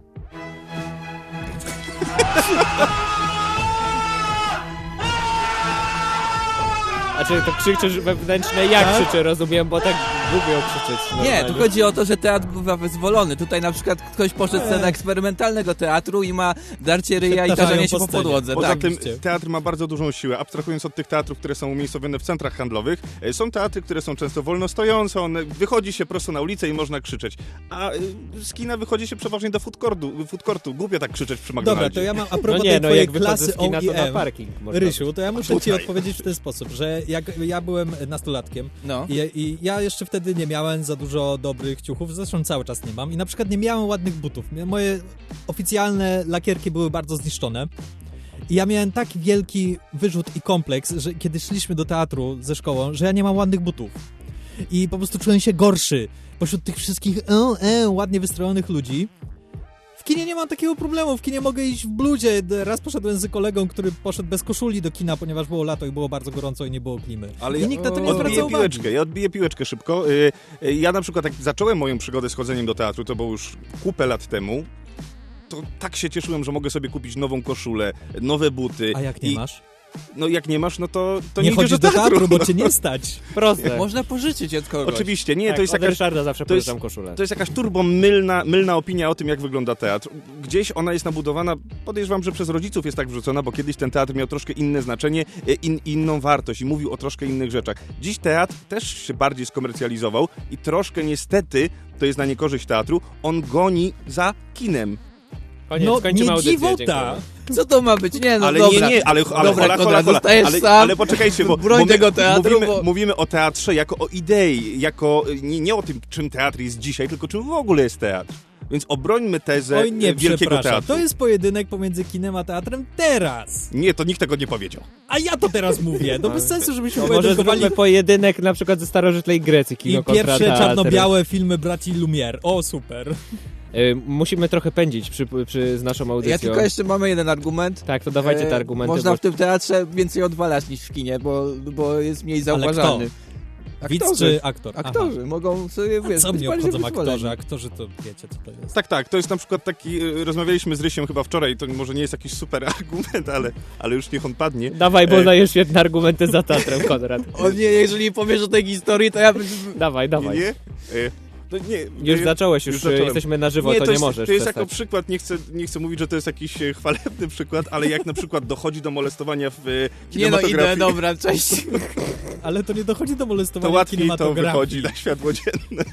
A czy to krzyczysz wewnętrzne, jak Tak? krzyczy, rozumiem, bo tak lubią krzyczeć. Nie, normalnie. tu chodzi o to, że teatr bywa wyzwolony. Tutaj na przykład ktoś poszedł Eee. na eksperymentalnego teatru i ma darcie ryja i Przetaczają tarzanie się po po scenie. podłodze. Poza Tak. tym oczywiście. teatr ma bardzo dużą siłę. Abstrahując od tych teatrów, które są umiejscowione w centrach handlowych, e, są teatry, które są często wolno stojące, one, wychodzi się prosto na ulicę i można krzyczeć. A e, z kina wychodzi się przeważnie do food courtu. Food courtu. Głupio tak krzyczeć przy Dobra, McDonaldzie. to ja mam a No propos nie, tej no twojej jak wychodzę klasy z kina, O to I na M. parking można. Rysiu, to ja muszę ci Tutaj. odpowiedzieć w ten sposób, że jak ja byłem nastolatkiem No. i, i ja jeszcze wtedy nie miałem za dużo dobrych ciuchów, zresztą cały czas nie mam i na przykład nie miałem ładnych butów. Moje oficjalne lakierki były bardzo zniszczone. I ja miałem tak wielki wyrzut i kompleks, że kiedy szliśmy do teatru ze szkołą, że ja nie mam ładnych butów. I po prostu czułem się gorszy pośród tych wszystkich e, e, ładnie wystrojonych ludzi. W kinie nie mam takiego problemu, w kinie mogę iść w bluzie. Raz poszedłem z kolegą, który poszedł bez koszuli do kina, ponieważ było lato i było bardzo gorąco i nie było klimy. Ale I ja nikt na to nie odbiję zwracał uwagi. piłeczkę, ja odbiję piłeczkę szybko. Y, y, Ja na przykład jak zacząłem moją przygodę z chodzeniem do teatru, to było już kupę lat temu, to tak się cieszyłem, że mogę sobie kupić nową koszulę, nowe buty. A jak nie I masz? no jak nie masz, no to, to nie, nie chodzisz idziesz do do teatru, teatru, bo no. cię nie stać. Proste. Można pożyczyć od kogoś. Oczywiście, nie, tak, to jest od jakaś... Ryszarda zawsze to jest, pożyczam koszulę. to jest jakaś turbo mylna, mylna opinia o tym, jak wygląda teatr. Gdzieś ona jest nabudowana, podejrzewam, że przez rodziców jest tak wrzucona, bo kiedyś ten teatr miał troszkę inne znaczenie, in, inną wartość i mówił o troszkę innych rzeczach. Dziś teatr też się bardziej skomercjalizował i troszkę niestety, to jest na niekorzyść teatru, on goni za kinem. Koniec, no kończymy nie audycję, dziwota. dziękuję. Co to ma być? Nie, no ale dobra. nie, nie, ale, ale dobra, hola, hola, Konrad, hola. zostajesz Ale, sam. ale poczekajcie, bo, Broń bo my tego teatru, mówimy, bo... mówimy o teatrze jako o idei, jako nie, nie o tym, czym teatr jest dzisiaj, tylko czym w ogóle jest teatr. Więc obrońmy tezę Oj, nie, wielkiego przepraszam. teatru. To jest pojedynek pomiędzy kinem a teatrem teraz. Nie, to nikt tego nie powiedział. A ja to teraz mówię. No bez sensu, żebyśmy To może pojedynkowali... zróbmy pojedynek na przykład ze starożytnej Grecji, kino I kontra pierwsze teatr. czarno-białe filmy braci Lumière. O, super. Y, musimy trochę pędzić przy, przy, z naszą audycją. Ja tylko jeszcze mamy jeden argument. Tak, to dawajcie te E, argumenty. Można bo... w tym teatrze więcej odwalać niż w kinie, bo, bo jest mniej zauważalny. Widz czy aktor? Aktorzy Aha. mogą sobie, A wiesz, co być mnie bardziej obchodzą wyzwoleni. aktorzy? Aktorzy to wiecie, co to jest. Tak, tak, to jest na przykład taki, y, rozmawialiśmy z Rysiem chyba wczoraj, to może nie jest jakiś super argument, ale, ale już niech on padnie. Dawaj, bo E, dajesz świetne argumenty za teatrem, Konrad. O nie, jeżeli powiesz o tej historii, to ja... Dawaj, dawaj. Nie? E, to nie, Już nie, zacząłeś, już, zacząłem. jesteśmy na żywo, nie, to, to nie jest, możesz To jest przestać. jako przykład, nie chcę, nie chcę mówić, że to jest jakiś e, chwalebny przykład, ale jak na przykład dochodzi do molestowania w e, Nie no, kinematografii, idę, dobra, cześć. Ale to nie dochodzi do to molestowania łatwiej to kinematografii. wychodzi na światło dzienne.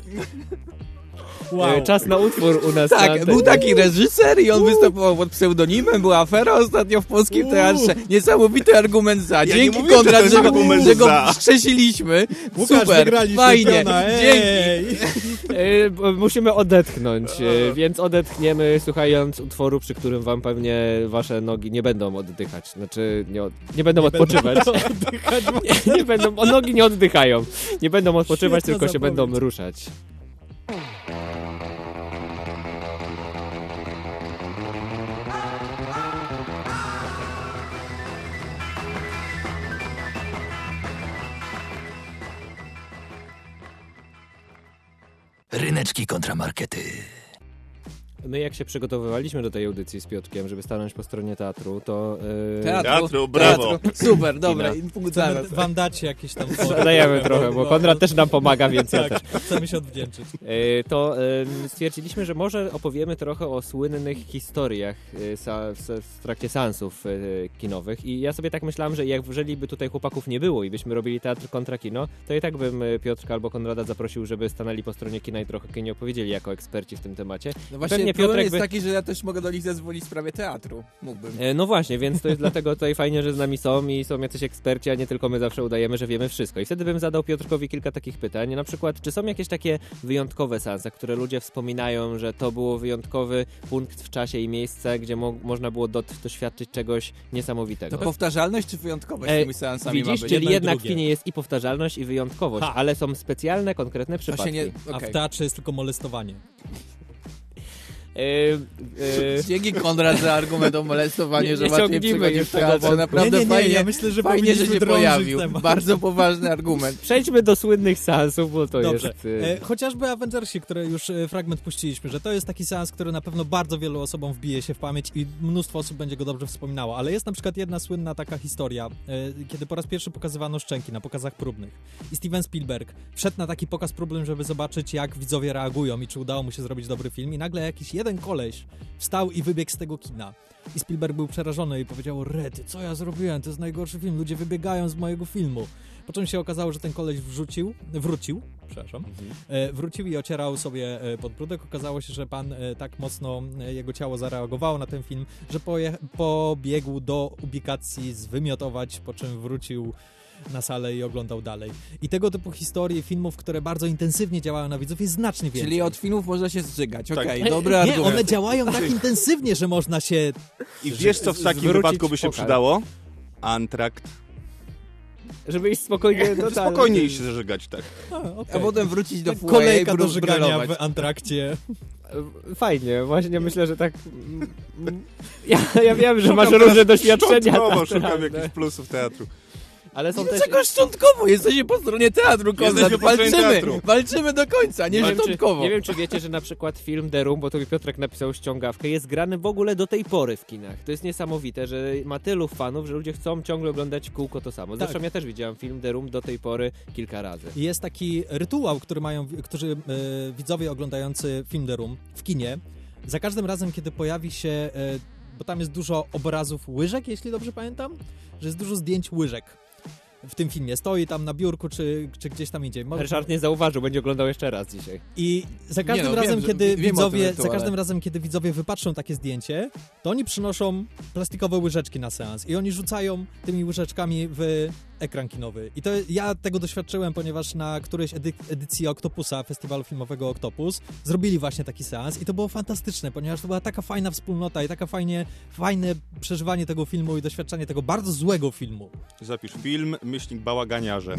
Wow. E, Czas na utwór u nas. Tak, na był ten- taki reżyser i on występował pod pseudonimem, była afera ostatnio w polskim teatrze. Niesamowity argument za. Ja nie Dzięki mówię, że to Konrad, jest że go, argument że go za. wskrzesiliśmy. Łukasz, Super, wygraliśmy fajnie, piona, ej. dzięki. E, bo musimy odetchnąć, e, więc odetchniemy słuchając utworu, przy którym wam pewnie wasze nogi nie będą oddychać. Znaczy, nie, od, nie będą Nie odpoczywać. będą oddychać. nie, nie będą, o, nogi nie oddychają. Nie będą odpoczywać, Świetna tylko się zapowiedź. będą ruszać. Ryneczki kontra markety. My jak się przygotowywaliśmy do tej audycji z Piotrkiem, żeby stanąć po stronie teatru, to... Yy... Teatru, Teatru, brawo. teatru. Super, dobra, i punkt dla Chcemy nas. wam dać jakieś tam... Dajemy trochę, bo Konrad też nam pomaga, więc ja tak, też. chcemy się odwdzięczyć. Yy, to yy, stwierdziliśmy, że może opowiemy trochę o słynnych historiach yy, sa, w, w trakcie seansów yy, kinowych i ja sobie tak myślałem, że jak jeżeli by tutaj chłopaków nie było i byśmy robili teatr kontra kino, to i tak bym yy, Piotrka albo Konrada zaprosił, żeby stanęli po stronie kina i trochę nie opowiedzieli jako eksperci w tym temacie. No właśnie, Pewnie problem Piotrek jest by... taki, że ja też mogę do nich zadzwonić w sprawie teatru. Mógłbym. E, No właśnie, więc to jest dlatego tutaj fajnie, że z nami są i są jacyś eksperci, a nie tylko my zawsze udajemy, że wiemy wszystko. I wtedy bym zadał Piotrkowi kilka takich pytań. Na przykład, czy są jakieś takie wyjątkowe seanse, które ludzie wspominają, że to było wyjątkowy punkt w czasie i miejsce, gdzie mo- można było do- doświadczyć czegoś niesamowitego? To powtarzalność czy wyjątkowość z E, tymi seansami Widzisz, ma być? czyli Jedno i jednak w drugie. kinie jest i powtarzalność, i wyjątkowość, Ha. ale są specjalne, konkretne To przypadki. się nie... A okej. w teatrze jest tylko molestowanie. E, e, Dzięki Konrad za argument o molestowaniu, Nie- że nie łatwiej ciągnijmy przychodzi już w tego teatrze. wątku. Naprawdę Nie, nie, nie, fajnie, ja myślę, że fajnie, że powinniśmy się drążyć pojawił. temat. Bardzo poważny argument. Przejdźmy do słynnych seansów, bo to Dobrze. jest... e, E, chociażby Avengersi, które już e, fragment puściliśmy, że to jest taki seans, który na pewno bardzo wielu osobom wbije się w pamięć i mnóstwo osób będzie go dobrze wspominało. Ale jest na przykład jedna słynna taka historia, e, kiedy po raz pierwszy pokazywano szczęki na pokazach próbnych. I Steven Spielberg wszedł na taki pokaz próbny, żeby zobaczyć, jak widzowie reagują i czy udało mu się zrobić dobry film. I nagle jakiś jeden koleś wstał i wybiegł z tego kina. I Spielberg był przerażony i powiedział: rety, co ja zrobiłem? To jest najgorszy film, ludzie wybiegają z mojego filmu. Po czym się okazało, że ten koleś wrzucił, wrócił, przepraszam, e, wrócił i ocierał sobie e, podbródek. Okazało się, że pan e, tak mocno, e, jego ciało zareagowało na ten film, że poje, pobiegł do ubikacji zwymiotować, po czym wrócił na salę i oglądał dalej. I tego typu historie, filmów, które bardzo intensywnie działają na widzów, jest znacznie więcej. Czyli od filmów można się zżygać. Tak. Okej, dobry Nie, argument. one działają tak intensywnie, że można się... I wiesz, co w takim zwrócić wypadku by się pokaz. przydało? Antrakt. żeby iść spokojnie do Spokojniej się zażygać, tak. A, okay. A potem wrócić do foyer Kolejka i do br- żygania brylować. w Antrakcie. Fajnie, właśnie myślę, że tak... Ja, ja wiem, że Szukam masz teraz różne doświadczenia. szczątkowo teatralne. szukam jakichś plusów teatru. Ale są też... Dlaczego szczątkowo? Jesteśmy po stronie teatru, Konrad. Jesteśmy po stronie Walczymy, teatru. walczymy do końca, nie Nie wiem, czy, szczątkowo. nie wiem, czy wiecie, że na przykład film The Room, bo tu mi Piotrek napisał ściągawkę, jest grany w ogóle do tej pory w kinach. To jest niesamowite, że ma tylu fanów, że ludzie chcą ciągle oglądać w kółko to samo. Zresztą Tak. ja też widziałem film The Room do tej pory kilka razy. Jest taki rytuał, który mają, którzy e, widzowie oglądający film The Room w kinie. Za każdym razem, kiedy pojawi się, e, bo tam jest dużo obrazów łyżek, jeśli dobrze pamiętam, że jest dużo zdjęć łyżek w tym filmie. Stoi tam na biurku, czy, czy gdzieś tam idzie. Może... Ryszard nie zauważył, będzie oglądał jeszcze raz dzisiaj. I za każdym Nie no, razem, wiem, że- kiedy wiem o tym widzowie, rytuale. za każdym razem, kiedy widzowie wypatrzą takie zdjęcie, to oni przynoszą plastikowe łyżeczki na seans i oni rzucają tymi łyżeczkami w ekran kinowy. I to ja tego doświadczyłem, ponieważ na którejś edy- edycji Octopusa, festiwalu filmowego Octopus, zrobili właśnie taki seans i to było fantastyczne, ponieważ to była taka fajna wspólnota i taka fajnie, fajne przeżywanie tego filmu i doświadczenie tego bardzo złego filmu. Zapisz film, myślnik bałaganiarze.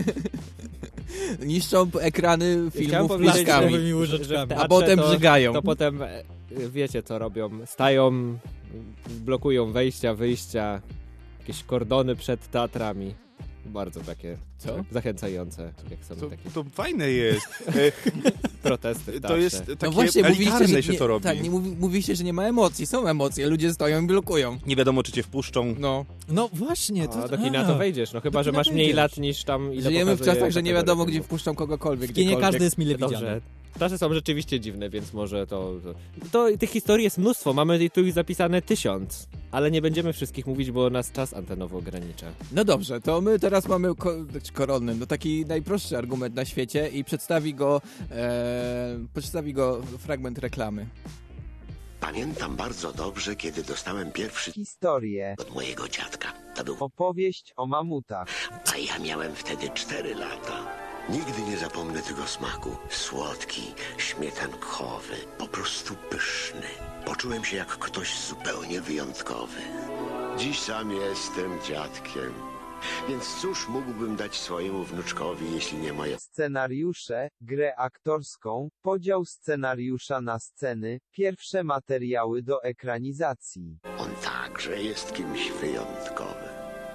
Niszczą ekrany filmów Chciałem powiedzieć, łyżkami, że- że w łyżeczkami. teatrze a potem to, brzygają. To potem, e, wiecie co robią, stają, blokują wejścia, wyjścia, jakieś kordony przed teatrami. Bardzo takie Co? zachęcające, jak są To, takie to fajne jest. E, protesty w To teatrze. jest takie No właśnie, mówiliście, elitarne że się nie, to robi. tak, nie mówi, mówiliście, że nie ma emocji. Są emocje, ludzie stoją i blokują. Nie wiadomo, czy cię wpuszczą. No. No właśnie. To, A, do kina to wejdziesz, no chyba, do że kina masz mniej wejdziesz. lat niż tam ile Żyjemy w pokazuje czasach, że nie kategoria wiadomo, gdzie filmów. wpuszczą kogokolwiek. W kinie gdziekolwiek. każdy jest mile widziany. Dobrze. Czasy są rzeczywiście dziwne, więc może to, to... To tych historii jest mnóstwo, mamy tu ich zapisane tysiąc, ale nie będziemy wszystkich mówić, bo nas czas antenowo ogranicza. No dobrze, to my teraz mamy ko- znaczy koronny, no taki najprostszy argument na świecie i przedstawi go, e, przedstawi go fragment reklamy. Pamiętam bardzo dobrze, kiedy dostałem pierwszy Historię. od mojego dziadka. To był Opowieść o mamutach. a ja miałem wtedy cztery lata. Nigdy nie zapomnę tego smaku. Słodki, śmietankowy, po prostu pyszny. Poczułem się jak ktoś zupełnie wyjątkowy. Dziś sam jestem dziadkiem. Więc cóż mógłbym dać swojemu wnuczkowi, jeśli nie moje... Scenariusze, grę aktorską, podział scenariusza na sceny, pierwsze materiały do ekranizacji. On także jest kimś wyjątkowym.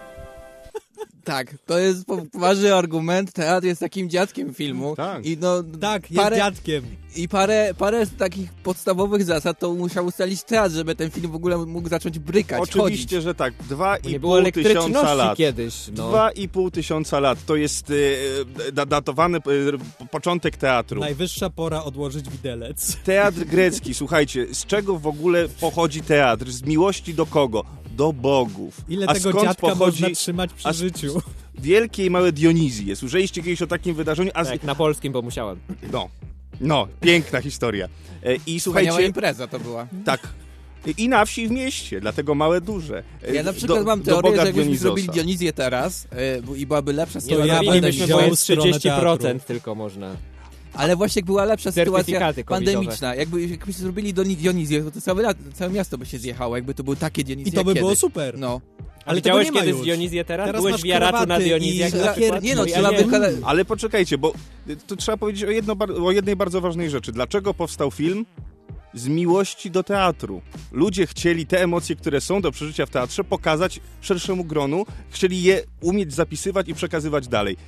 Tak, to jest poważny argument, teatr jest takim dziadkiem filmu. Tak. I no, Tak, jest parę, dziadkiem. I parę, parę z takich podstawowych zasad to musiał ustalić teatr, żeby ten film w ogóle mógł zacząć brykać, Oczywiście, chodzić. że tak. Dwa Nie i było pół elektryczności tysiąca lat. kiedyś, no. Dwa i pół tysiąca lat. To jest e, da- datowany e, początek teatru. Najwyższa pora odłożyć widelec. Teatr grecki, słuchajcie, z czego w ogóle pochodzi teatr? Z miłości do kogo? Do bogów. Ile A tego skąd dziadka pochodzi... można trzymać przy a- życiu? Wielkie i małe Dionizje. Słyszeliście kiedyś o takim wydarzeniu? A z... Tak, na polskim, bo musiałem. No, no, piękna historia. E, I Wspaniała słuchajcie, impreza to była. tak, i na wsi i w mieście, dlatego małe, duże. E, Ja na przykład do, mam do teorię, Boga że jakbyśmy Dionizosa. zrobili Dionizję teraz yy, i byłaby lepsza Nie, sytuacja, ja no, będę mieliśmy, wziął bo jest stronę trzydzieści procent teatru. tylko można. ale właśnie jak była lepsza sytuacja Certyfikaty covidowe. pandemiczna, jakby, jakbyśmy zrobili Doni- Dionizję, to, to całe, lat, całe miasto by się zjechało, jakby to były takie Dionizje I to by jak było kiedyś. super. No. A Ale widziałeś tego nie ma kiedyś już. Dionizję teraz? Teraz Byłeś masz w Jaraczu na krawaty Dionizjach i na przykład? Nie no, ja trzeba nie. wykala... Ale poczekajcie, bo to trzeba powiedzieć o, jedno, bar- o jednej bardzo ważnej rzeczy. Dlaczego powstał film? Z miłości do teatru. Ludzie chcieli te emocje, które są do przeżycia w teatrze, pokazać szerszemu gronu. Chcieli je umieć zapisywać i przekazywać dalej.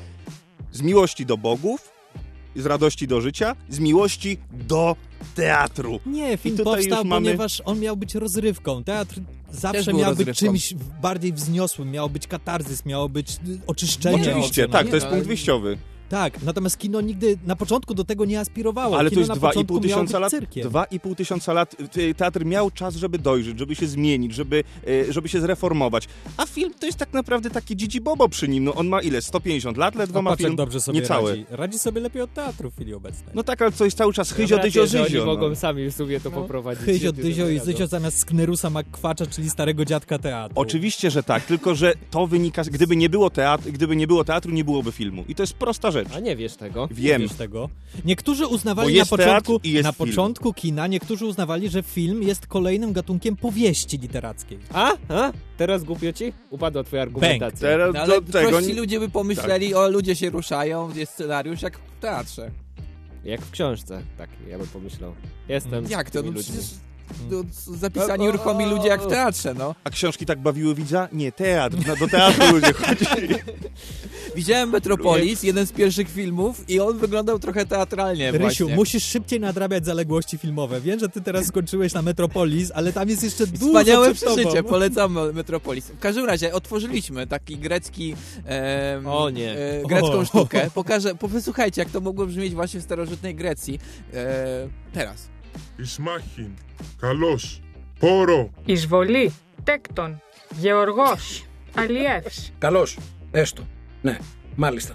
Z miłości do bogów, z radości do życia, z miłości do teatru. Nie, film I tutaj powstał, już mamy- ponieważ on miał być rozrywką. Teatr zawsze był miał być rozrywką. czymś bardziej wzniosłym, miał być katarzys, miało być y, oczyszczenie. Oczywiście, emocjonalne. tak, to jest no, punkt ale- wyjściowy. Tak, natomiast kino nigdy na początku do tego nie aspirowało. Ale kino to jest na dwa i początku pół miało tysiąca być lat. cyrkiem. Dwa i pół tysiąca lat y, teatr miał czas, żeby dojrzeć, żeby się zmienić, żeby, y, żeby się zreformować. A film to jest tak naprawdę taki dzidzi bobo przy nim. No on ma ile? sto pięćdziesiąt lat? Ledwo A ma patrz, jak film dobrze sobie niecały. radzi. Radzi sobie lepiej od teatru w chwili obecnej. No tak, ale to jest cały czas hyzio, Mam dyzio, rację, że zyzio. Oni mogą No. sami sobie to poprowadzić. Hyzio, Świetnie Dyzio sobie i radzą. Zyzio zamiast Sknerusa McQuatcha, czyli starego dziadka teatru. Oczywiście, że tak, tylko że to wynika, z, gdyby nie było teatru, gdyby nie było teatru, nie byłoby filmu. I to jest prosta rzecz. A nie wiesz tego? Wiem. Wiesz tego. Niektórzy Bo uznawali na jest teatr początku, i jest na film. początku kina, niektórzy uznawali, że film jest kolejnym gatunkiem powieści literackiej. A? A? Teraz głupio ci? Upadła twoja argumentacja. Teraz No, ale do tego prości nie... ludzie by pomyśleli, o ludzie się ruszają, jest scenariusz jak w teatrze. Jak w książce. Tak, ja bym pomyślał. Jestem z Jak to? tymi No ludźmi. przecież do, zapisani ruchomi ludzie jak w teatrze, no. A książki tak bawiły widza? Nie, teatr. No, do teatru ludzie chodzili. Widziałem Metropolis, jeden z pierwszych filmów i on wyglądał trochę teatralnie Rysiu, właśnie. musisz szybciej nadrabiać zaległości filmowe. Wiem, że ty teraz skończyłeś na Metropolis, ale tam jest jeszcze dużo Wspaniałe przed tobą. przeżycie, polecamy Metropolis. W każdym razie otworzyliśmy taki grecki e, O nie. E, grecką O. sztukę. Pokażę, po, wysłuchajcie, jak to mogło brzmieć właśnie w starożytnej Grecji. E, teraz. Ισμάχιν, καλός, πόρο. Εισβολή, τέκτον, γεωργός, αλλιεύς. Καλώς. Έστω. Ναι, μάλιστα.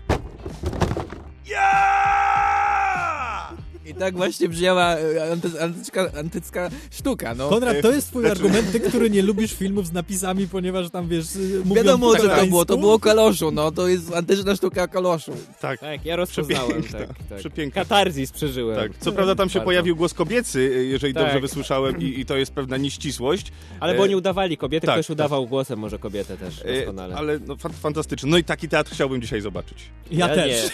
I tak właśnie brzmiała e, anty, antyczka, antycka sztuka, no. Konrad, to jest twój argument, ty, który nie lubisz filmów z napisami, ponieważ tam, wiesz, mówią Wiadomo, po co to tarańsku. było, to było o kaloszu, no, to jest antyczna sztuka o kaloszu. Tak, Tak, ja rozpoznałem, tak, tak. Przepiękna. Katarzis przeżyłem. Tak. Co prawda tam się Bardzo. pojawił głos kobiecy, jeżeli Tak. dobrze wysłyszałem i, i to jest pewna nieścisłość. Ale bo oni udawali kobiety, tak, ktoś udawał głosem, może kobietę też E, doskonale. Ale no, fa- fantastyczne. No i taki teatr chciałbym dzisiaj zobaczyć. Ja, Ja też.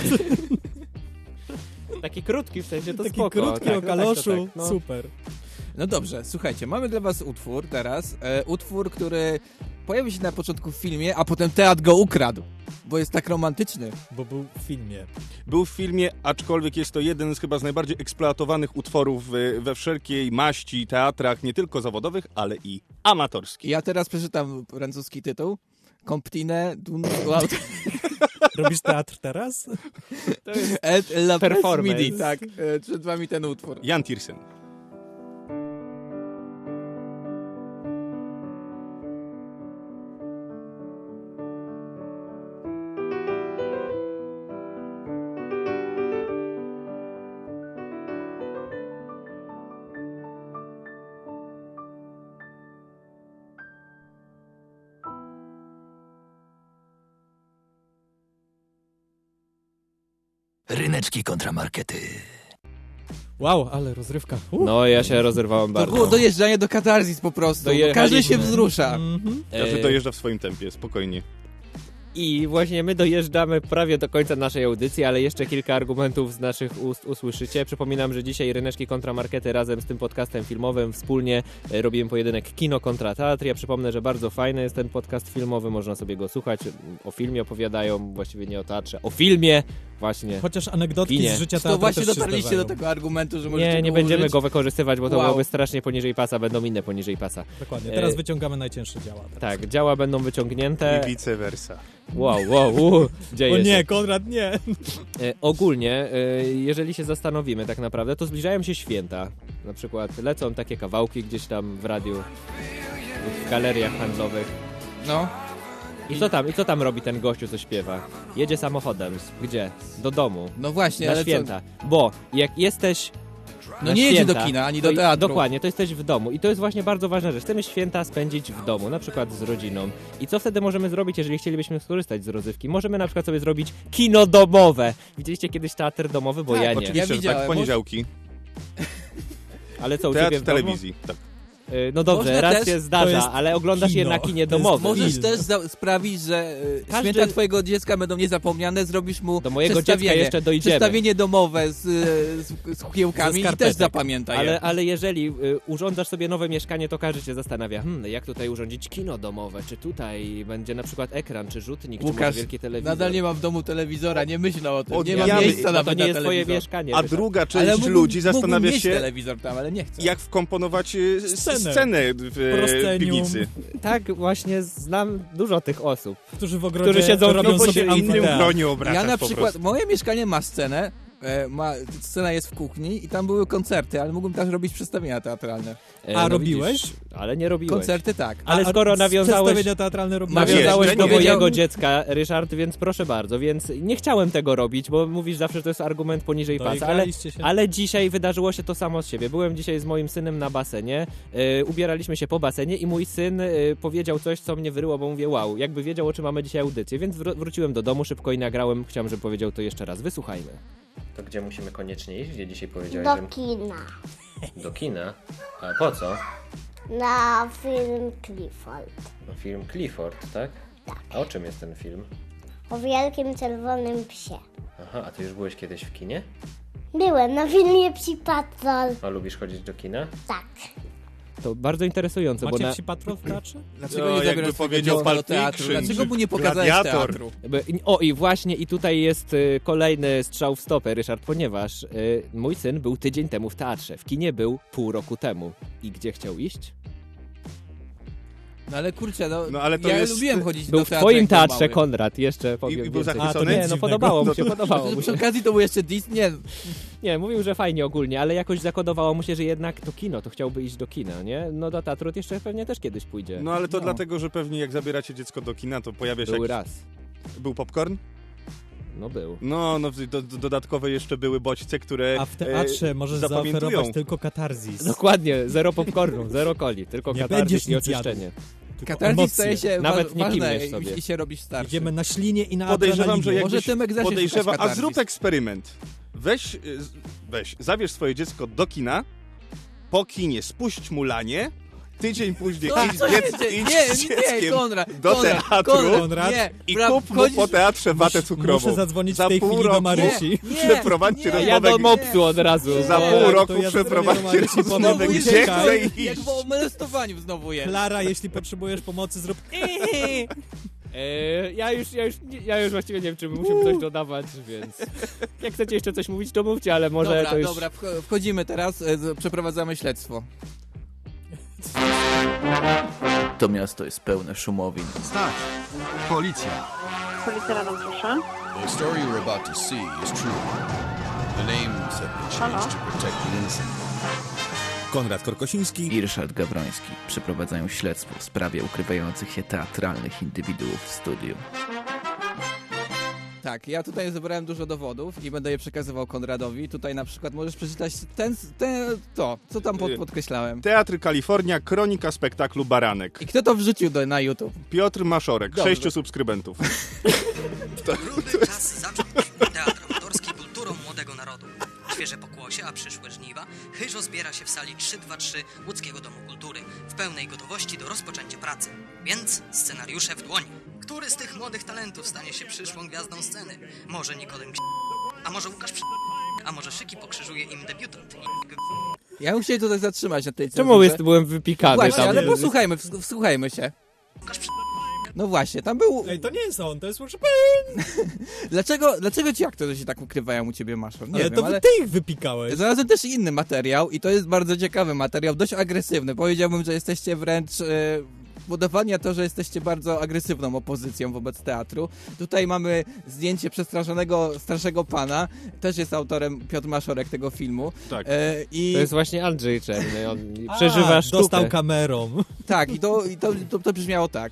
Taki krótki w sensie, to Taki spoko. krótki tak, o no kaloszu, tak, to tak, no. super. No dobrze, słuchajcie, mamy dla was utwór teraz. E, utwór, który pojawi się na początku w filmie, a potem teatr go ukradł, bo jest tak romantyczny. Bo był w filmie. Był w filmie, aczkolwiek jest to jeden z chyba z najbardziej eksploatowanych utworów we, we wszelkiej maści teatrach, nie tylko zawodowych, ale i amatorskich. Ja teraz przeczytam francuski tytuł. Comptine d'un Robisz teatr teraz? To jest Et la performance. Midi, tak. E, przed wami ten utwór. Jan Tiersen. Ryneczki kontra markety. Wow, ale rozrywka. Uh. No, ja się rozerwałem To bardzo. było dojeżdżanie do katarzis po prostu. Dojechaliśmy. Każdy się wzrusza. Mhm. Każdy E, dojeżdża w swoim tempie, spokojnie. I właśnie my dojeżdżamy prawie do końca naszej audycji, ale jeszcze kilka argumentów z naszych ust usłyszycie. Przypominam, że dzisiaj Ryneczki kontra markety razem z tym podcastem filmowym wspólnie e, robimy pojedynek kino kontra teatr. Ja przypomnę, że bardzo fajny jest ten podcast filmowy, można sobie go słuchać. O filmie opowiadają, właściwie nie o teatrze, o filmie właśnie. Chociaż anegdotki Kinie. z życia To teatru właśnie też się dotarliście do zdarzają. tego argumentu, że możecie Nie, nie go będziemy użyć. go wykorzystywać, bo to Wow. byłoby strasznie poniżej pasa, będą inne poniżej pasa. Dokładnie, teraz E, wyciągamy najcięższe działa. Teraz. Tak, działa będą wyciągnięte. I vice versa. Wow, wow, wow, dzieje O się. nie, Konrad, nie. E, ogólnie, e, jeżeli się zastanowimy tak naprawdę, to zbliżają się święta. Na przykład lecą takie kawałki gdzieś tam w radiu, w galeriach handlowych. No. I co tam, i co tam robi ten gościu, co śpiewa? Jedzie samochodem. Gdzie? Do domu. No właśnie, Na ale święta. Bo jak jesteś No na nie jedzie święta, do kina, ani to do i- teatru. Dokładnie, to jesteś w domu. I to jest właśnie bardzo ważna rzecz. Chcemy święta spędzić w domu, na przykład z rodziną. I co wtedy możemy zrobić, jeżeli chcielibyśmy skorzystać z rozrywki? Możemy na przykład sobie zrobić kino domowe. Widzieliście kiedyś teatr domowy? Bo Tak, ja nie. Oczywiście, Ja że widziałem. tak, w poniedziałki. Ale co, u Teatr ciebie w w domu? telewizji, tak. Y, No dobrze, Można raz też- się to zdarza, jest ale oglądasz je kino. na kinie To jest domowym. Możesz Film. też za- sprawić, że y, Każdy- święta twojego dziecka będą niezapomniane, zrobisz mu Do mojego przedstawienie, dziecka jeszcze dojdziemy. przedstawienie domowe z, y, z, z kukiełkami Ze i skarpetek. też zapamiętaj Ale, je. ale jeżeli y, urządzasz sobie nowe mieszkanie, to każdy się zastanawia, hmm, jak tutaj urządzić kino domowe, czy tutaj będzie na przykład ekran, czy rzutnik, czy Łukasz, może wielki telewizor. nadal nie mam w domu telewizora, nie myślę o tym, nie Odbijamy. mam miejsca Bo nawet to nie na jest twoje telewizor. mieszkanie. A wiesz. druga Ale część mógłbym- ludzi mógłbym zastanawia mieć się, telewizor tam, ale nie chcę. jak wkomponować e, s- Scenę. scenę w e, Proscenium. piwnicy. Tak, właśnie znam dużo tych osób. Którzy w ogrodzie Którzy siedzą w robią domu, sobie się innym amfiteatr. bronią obracać Ja na po przykład, prostu. moje mieszkanie ma scenę, e, ma, scena jest w kuchni i tam były koncerty, ale mógłbym też robić przedstawienia teatralne. E, A no robiłeś? widzisz, ale nie robiłeś. Koncerty tak. Ale A- skoro a nawiązałeś... Przedstawienia teatralne robiłeś? Nawiązałeś Jeszcze do nie mojego wiedziałem. dziecka, Ryszard, więc proszę bardzo, więc nie chciałem tego robić, bo mówisz zawsze, że to jest argument poniżej pasa, ale, Doigraliście się. ale dzisiaj wydarzyło się to samo z siebie. Byłem dzisiaj z moim synem na basenie, e, ubieraliśmy się po basenie i mój syn e, powiedział coś, co mnie wyryło, bo mówię, wow, jakby wiedział, o czym mamy dzisiaj audycję, więc wr- wróciłem do domu szybko i nagrałem, chciałem, żeby powiedział to jeszcze raz. Wysłuchajmy. To gdzie musimy koniecznie iść? Gdzie dzisiaj powiedziałeś, Do kina. że... Do kina? A po co? Na film Clifford. No, film Clifford, tak? Tak. A o czym jest ten film? O wielkim czerwonym psie. Aha, a ty już byłeś kiedyś w kinie? Byłem na filmie Psi Patrol. A lubisz chodzić do kina? Tak. To bardzo interesujące, Macie bo na... Psi Patrol w teatrze? Dlaczego No, nie jakby zabierasz powiedział swojego Pulp do teatru? Fiction, Dlaczego mu nie czy pokazałeś Gladiator? teatru? O, i właśnie, i tutaj jest y, kolejny strzał w stopę, Ryszard, ponieważ y, mój syn był tydzień temu w teatrze. W kinie był pół roku temu. I gdzie chciał iść? No ale kurczę, no, No, ale to ja jest- lubiłem chodzić Był do w teatru. twoim jak był teatrze, mały. Konrad, jeszcze powiem I- i był więcej. zachwycony? A, to nie, no podobało mu się, podobało mu Przy się. okazji to był jeszcze Disney. Nie, Nie, mówił, że fajnie ogólnie, ale jakoś zakodowało mu się, że jednak to kino, to chciałby iść do kina, nie? No do teatru to jeszcze pewnie też kiedyś pójdzie. No ale to No. dlatego, że pewnie jak zabieracie dziecko do kina, to pojawia się Był jakiś... raz. Był popcorn? No był. No, no do, do, dodatkowe jeszcze były bodźce, które A w teatrze e, możesz zapamiętują. zaoferować tylko katarzis. Dokładnie, zero popcornu, zero coli, tylko Nie katarzys będziesz i nic jadł. oczyszczenie. katarzis emocje. staje się Nawet wa- nie ważne kimniesz sobie. i się robisz starszy. Idziemy na ślinie i na Podejrzewam, że adrenalinie. Może jakbyś Tymek zacznie podejrzewa, szukać a katarzis. zrób eksperyment. Weź, y, weź, zabierz swoje dziecko do kina, po kinie spuść mu lanie, tydzień później No, idź, co się dziec, dzieje? idź Nie, z nie, dzieckiem Konrad, do Konrad, teatru Konrad, nie, i pra- kup mu chodzisz- po teatrze watę Muszę- cukrową. muszę zadzwonić w Za tej pół chwili do roku Marysi. przeprowadźcie nie, Ja rozmowę, do mopsu od razu. za Nie, pół to roku ja przeprowadźcie zadzwonię do Marysi, rozmowę, powiem, gdzie uciekaj. chce iść. Jak o molestowaniu znowu jest. Klara, jeśli potrzebujesz pomocy, zrób... Eee, ja, już, ja, już, nie- ja już właściwie nie wiem, czy my musimy coś dodawać, więc jak chcecie jeszcze coś mówić, to mówcie, ale może Dobra, to już... dobra, wch- wchodzimy teraz, e, z- przeprowadzamy śledztwo. To miasto jest pełne szumowin. Stać! Policja! Policja Radom, proszę. The story you're about to see is true. The names have been changed to protect the innocent. Konrad Korkosiński i Ryszard Gawroński przeprowadzają śledztwo w sprawie ukrywających się teatralnych indywiduów w studiu. Tak, ja tutaj zebrałem dużo dowodów i będę je przekazywał Konradowi. Tutaj na przykład możesz przeczytać ten, ten to, co tam pod, podkreślałem. Teatr Kalifornia, kronika spektaklu Baranek. I kto to wrzucił do, na YouTube? Piotr Maszorek, Dobrze. sześciu subskrybentów. Trudny czas zacząć. Teatr autorski kulturą młodego narodu. Świeże pokłosie, a przyszłe żniwa. Chyżo zbiera się w sali trzysta dwadzieścia trzy Łódzkiego Domu Kultury w pełnej gotowości do rozpoczęcia pracy. Więc scenariusze w dłoni. Który z tych młodych talentów stanie się przyszłą gwiazdą sceny? Może Nikodem K***, a może Łukasz Przy... a może Szyki pokrzyżuje im debiutant. Ja bym chciał tutaj zatrzymać na tej Czemu cenzurze. jest, byłem wypikany Właśnie, tam? ale posłuchajmy, ws- wsłuchajmy się. No właśnie, tam był... Ej, to nie jest on, to jest proszę Dlaczego, dlaczego ci aktorzy się tak ukrywają u ciebie, Maszo? Nie Ale wiem, to ale... ty ich wypikałeś. Znalazłem też inny materiał i to jest bardzo ciekawy materiał, dość agresywny. Powiedziałbym, że jesteście wręcz... E... Budowania to, że jesteście bardzo agresywną opozycją wobec teatru. Tutaj mamy zdjęcie przestraszonego starszego pana. Też jest autorem Piotr Maszorek tego filmu. Tak. E, i... To jest właśnie Andrzej Czerny, on A, przeżywa sztukę. dostał kamerą. Tak, i to, i to, to, to brzmiało tak.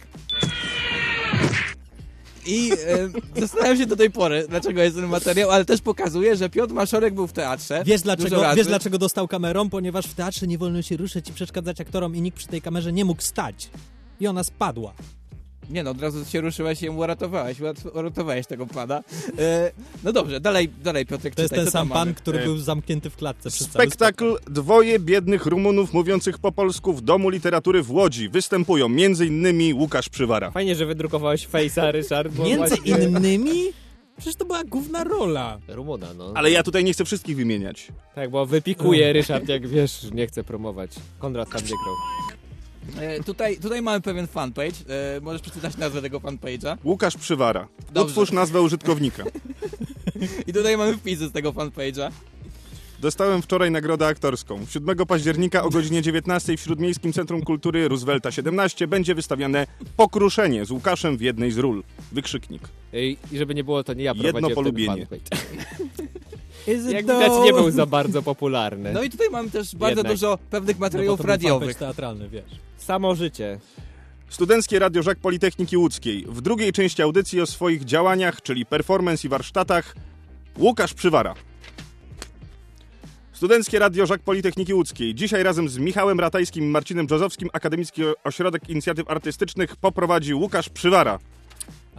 I e, zastanawiam się do tej pory, dlaczego jest ten materiał, ale też pokazuje, że Piotr Maszorek był w teatrze. Wiesz dużo dlaczego, razy. wiesz dlaczego dostał kamerą? Ponieważ w teatrze nie wolno się ruszać i przeszkadzać aktorom i nikt przy tej kamerze nie mógł stać. I ona spadła. Nie no, od razu się ruszyłeś i ją uratowałeś, urat- uratowałeś tego pana. E, no dobrze, dalej, dalej Piotrek, To jest czytaj, ten co tam sam pan, mamy? który E, był zamknięty w klatce przez cały Spektakl Dwoje biednych Rumunów mówiących po polsku w Domu Literatury w Łodzi. Występują między innymi Łukasz Przywara. Fajnie, że wydrukowałeś Face'a, Ryszard. Bo Między właśnie... innymi? Przecież to była główna rola. Rumuna, no. Ale ja tutaj nie chcę wszystkich wymieniać. Tak, bo wypikuje Ryszard, jak wiesz, nie chce promować. Konrad tam nie grał. E, tutaj, tutaj mamy pewien fanpage. E, możesz przeczytać nazwę tego fanpage'a. Łukasz Przywara. Dobrze. Utwórz nazwę użytkownika. I tutaj mamy wpisy z tego fanpage'a. Dostałem wczoraj nagrodę aktorską. siódmego października o godzinie dziewiętnastej w Śródmiejskim Centrum Kultury Roosevelta siedemnaście będzie wystawiane Pokruszenie z Łukaszem w jednej z ról. Wykrzyknik. I, i żeby nie było, to nie ja Jedno prowadziłem polubienie. ten fanpage. Is it Jak widać, nie był za bardzo popularny. No i tutaj mamy też bardzo Jednak. dużo pewnych No bo materiałów to był fanpage radiowych. teatralny, wiesz. Samo życie. Studenckie Radio Żak Politechniki Łódzkiej. W drugiej części audycji o swoich działaniach, czyli performance i warsztatach, Łukasz Przywara. Studenckie Radio Żak Politechniki Łódzkiej. Dzisiaj razem z Michałem Ratajskim i Marcinem Brzozowskim Akademicki Ośrodek Inicjatyw Artystycznych poprowadzi Łukasz Przywara.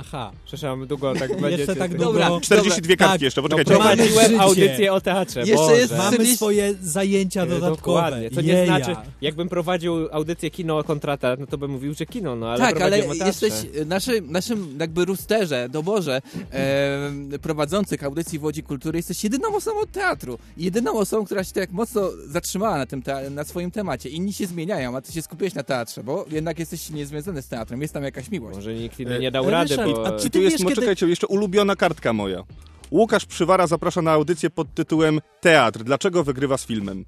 Aha. Przepraszam, długo tak będzie. Jeszcze tak długo. Dobra, czterdzieści dwie dobra. kartki jeszcze, poczekajcie. No, prowadziłem audycję o teatrze. Jeszcze Boże. jest Mamy czterdzieści swoje zajęcia dodatkowe. Dokładnie. Co nie Jeja. znaczy, jakbym prowadził audycję kino kontra teatr, no to bym mówił, że kino, no ale tak, ale prowadziłem o teatrze. jesteś naszym, naszym jakby rusterze, doborze e, prowadzących audycji w Łodzi Kultury, jesteś jedyną osobą od teatru. Jedyną osobą, która się tak mocno zatrzymała na, tym te, na swoim temacie. Inni się zmieniają, a ty się skupiłeś na teatrze, bo jednak jesteś niezwiązany z teatrem, jest tam jakaś miłość. Może nikt inny nie dał rady, Ryszard, bo... a czy I ty tu jest, wiesz, no, kiedy- czekajcie, jeszcze ulubiona kartka moja. Łukasz Przywara zaprasza na audycję pod tytułem Teatr. Dlaczego wygrywa z filmem?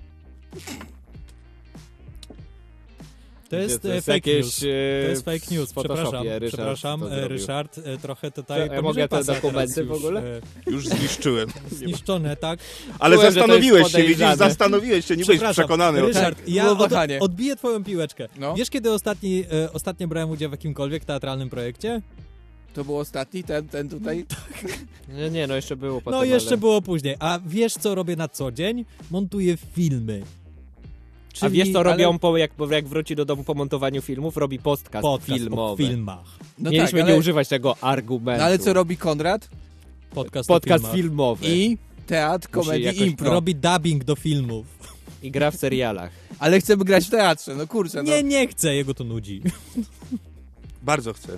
To jest, To jest fake jakieś, news. e, To jest fake news. w Photoshopie Przepraszam, Ryszard przepraszam. to e, zrobił. Ryszard e, trochę tutaj To ja poniżej mogę te pasa dokumenty teraz w ogóle? Już, e, Już zniszczyłem. zniszczone, tak? Ale Czułem, że to zastanowiłeś jest się, widzisz, podejrzane. zastanowiłeś się, nie byłeś Przepraszam, przekonany o tym. Ryszard, ja Było od, wahanie. odbiję twoją piłeczkę. No. Wiesz, kiedy ostatni, e, ostatnio brałem udział w jakimkolwiek teatralnym projekcie? To był ostatni, ten, ten tutaj. Nie, nie, no jeszcze było potem, No jeszcze ale... było później. A wiesz, co robię na co dzień? Montuję filmy. A wiesz, co ale- robią, po, jak, jak wróci do domu po montowaniu filmów? Robi podcast, Podcast filmowy. o filmach. No Mieliśmy tak, ale, nie używać tego argumentu. no ale co robi Konrad? Podcast, o Podcast filmach. filmowy. I teatr, Musi komedii, jakoś- impro. Robi dubbing do filmów. I gra w serialach. Ale chcemy grać w teatrze, no kurczę. No. Nie, nie chcę, jego to nudzi. Bardzo chcę.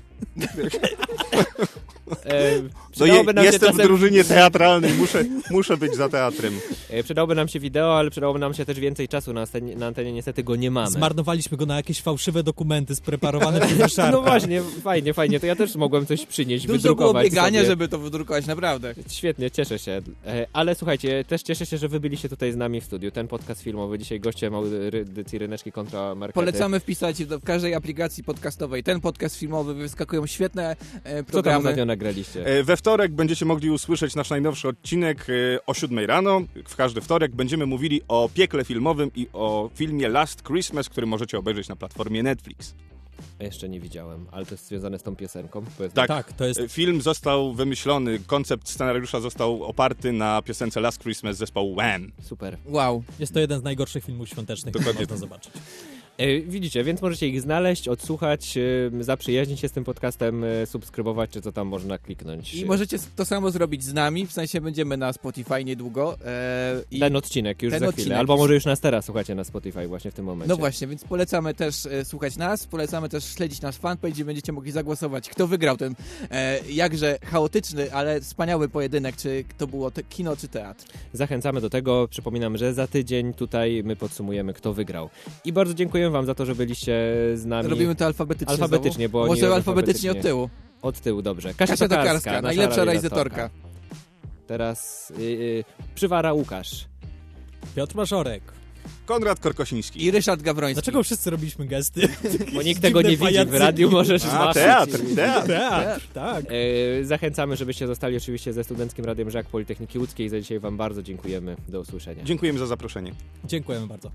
E, No przydałoby je, nam się jestem czasem... w drużynie teatralnej, muszę, muszę być za teatrem. E, przydałoby nam się wideo, ale przydałoby nam się też więcej czasu na antenie, na antenie. Niestety go nie mamy. Zmarnowaliśmy go na jakieś fałszywe dokumenty spreparowane przez Ryszarda. No właśnie, fajnie, fajnie. To ja też mogłem coś przynieść, Dużo wydrukować było biegania, sobie. żeby to wydrukować, naprawdę. Świetnie, cieszę się. E, Ale słuchajcie, też cieszę się, że wy byliście tutaj z nami w studiu. Ten podcast filmowy, dzisiaj gościem audycji Ryneczki kontra Markety. Polecamy wpisać do, w każdej aplikacji podcastowej ten podcast filmowy, wyskakują świetne e, Co tam programy. ostatnio nagraliście? E, We wtorek będziecie mogli usłyszeć nasz najnowszy odcinek e, o siódmej rano. W każdy wtorek będziemy mówili o piekle filmowym i o filmie Last Christmas, który możecie obejrzeć na platformie Netflix. Jeszcze nie widziałem, ale to jest związane z tą piosenką. Powiedz Tak, Tak, to jest... e, film został wymyślony, koncept scenariusza został oparty na piosence Last Christmas zespołu Wham. Super. Wow. Jest to jeden z najgorszych filmów świątecznych, które Dokładnie można zobaczyć. E, Widzicie, więc możecie ich znaleźć, odsłuchać, e, zaprzyjaźnić się z tym podcastem, e, subskrybować, czy co tam można kliknąć. I możecie to samo zrobić z nami, w sensie będziemy na Spotify niedługo. E, i Ten odcinek już ten za odcinek chwilę, albo już- może już nas teraz słuchacie na Spotify właśnie w tym momencie. No właśnie, więc polecamy też e, słuchać nas, polecamy też śledzić nasz fanpage, gdzie będziecie mogli zagłosować, kto wygrał ten e, jakże chaotyczny, ale wspaniały pojedynek, czy to było te, kino czy teatr. Zachęcamy do tego, przypominam, że za tydzień tutaj my podsumujemy, kto wygrał. I bardzo dziękuję wam za to, że byliście z nami. Robimy to alfabetycznie Alfabetycznie, znowu? bo Może nie alfabetycznie od tyłu. Od tyłu, dobrze. Kasia, Kasia Tokarska, Tokarska, nasza najlepsza realizatorka. realizatorka. Teraz yy, yy, Przywara Łukasz. Piotr Maszorek. Konrad Korkosiński. I Ryszard Gawroński. Dlaczego wszyscy robiliśmy gesty? Bo nikt tego nie Dziwne widzi, w pajacyki. radiu możesz A, zmaszyć. teatr, teatr. Teatr, tak. Yy, zachęcamy, żebyście zostali oczywiście ze Studenckim Radiem Żak Politechniki Łódzkiej. Za dzisiaj wam bardzo dziękujemy. Do usłyszenia. Dziękujemy za zaproszenie. Dziękujemy bardzo.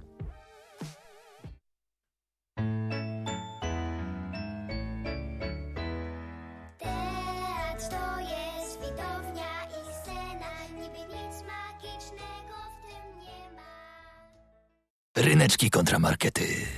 Teatr to jest widownia i scena, niby nic magicznego w tym nie ma. Ryneczki kontra markety.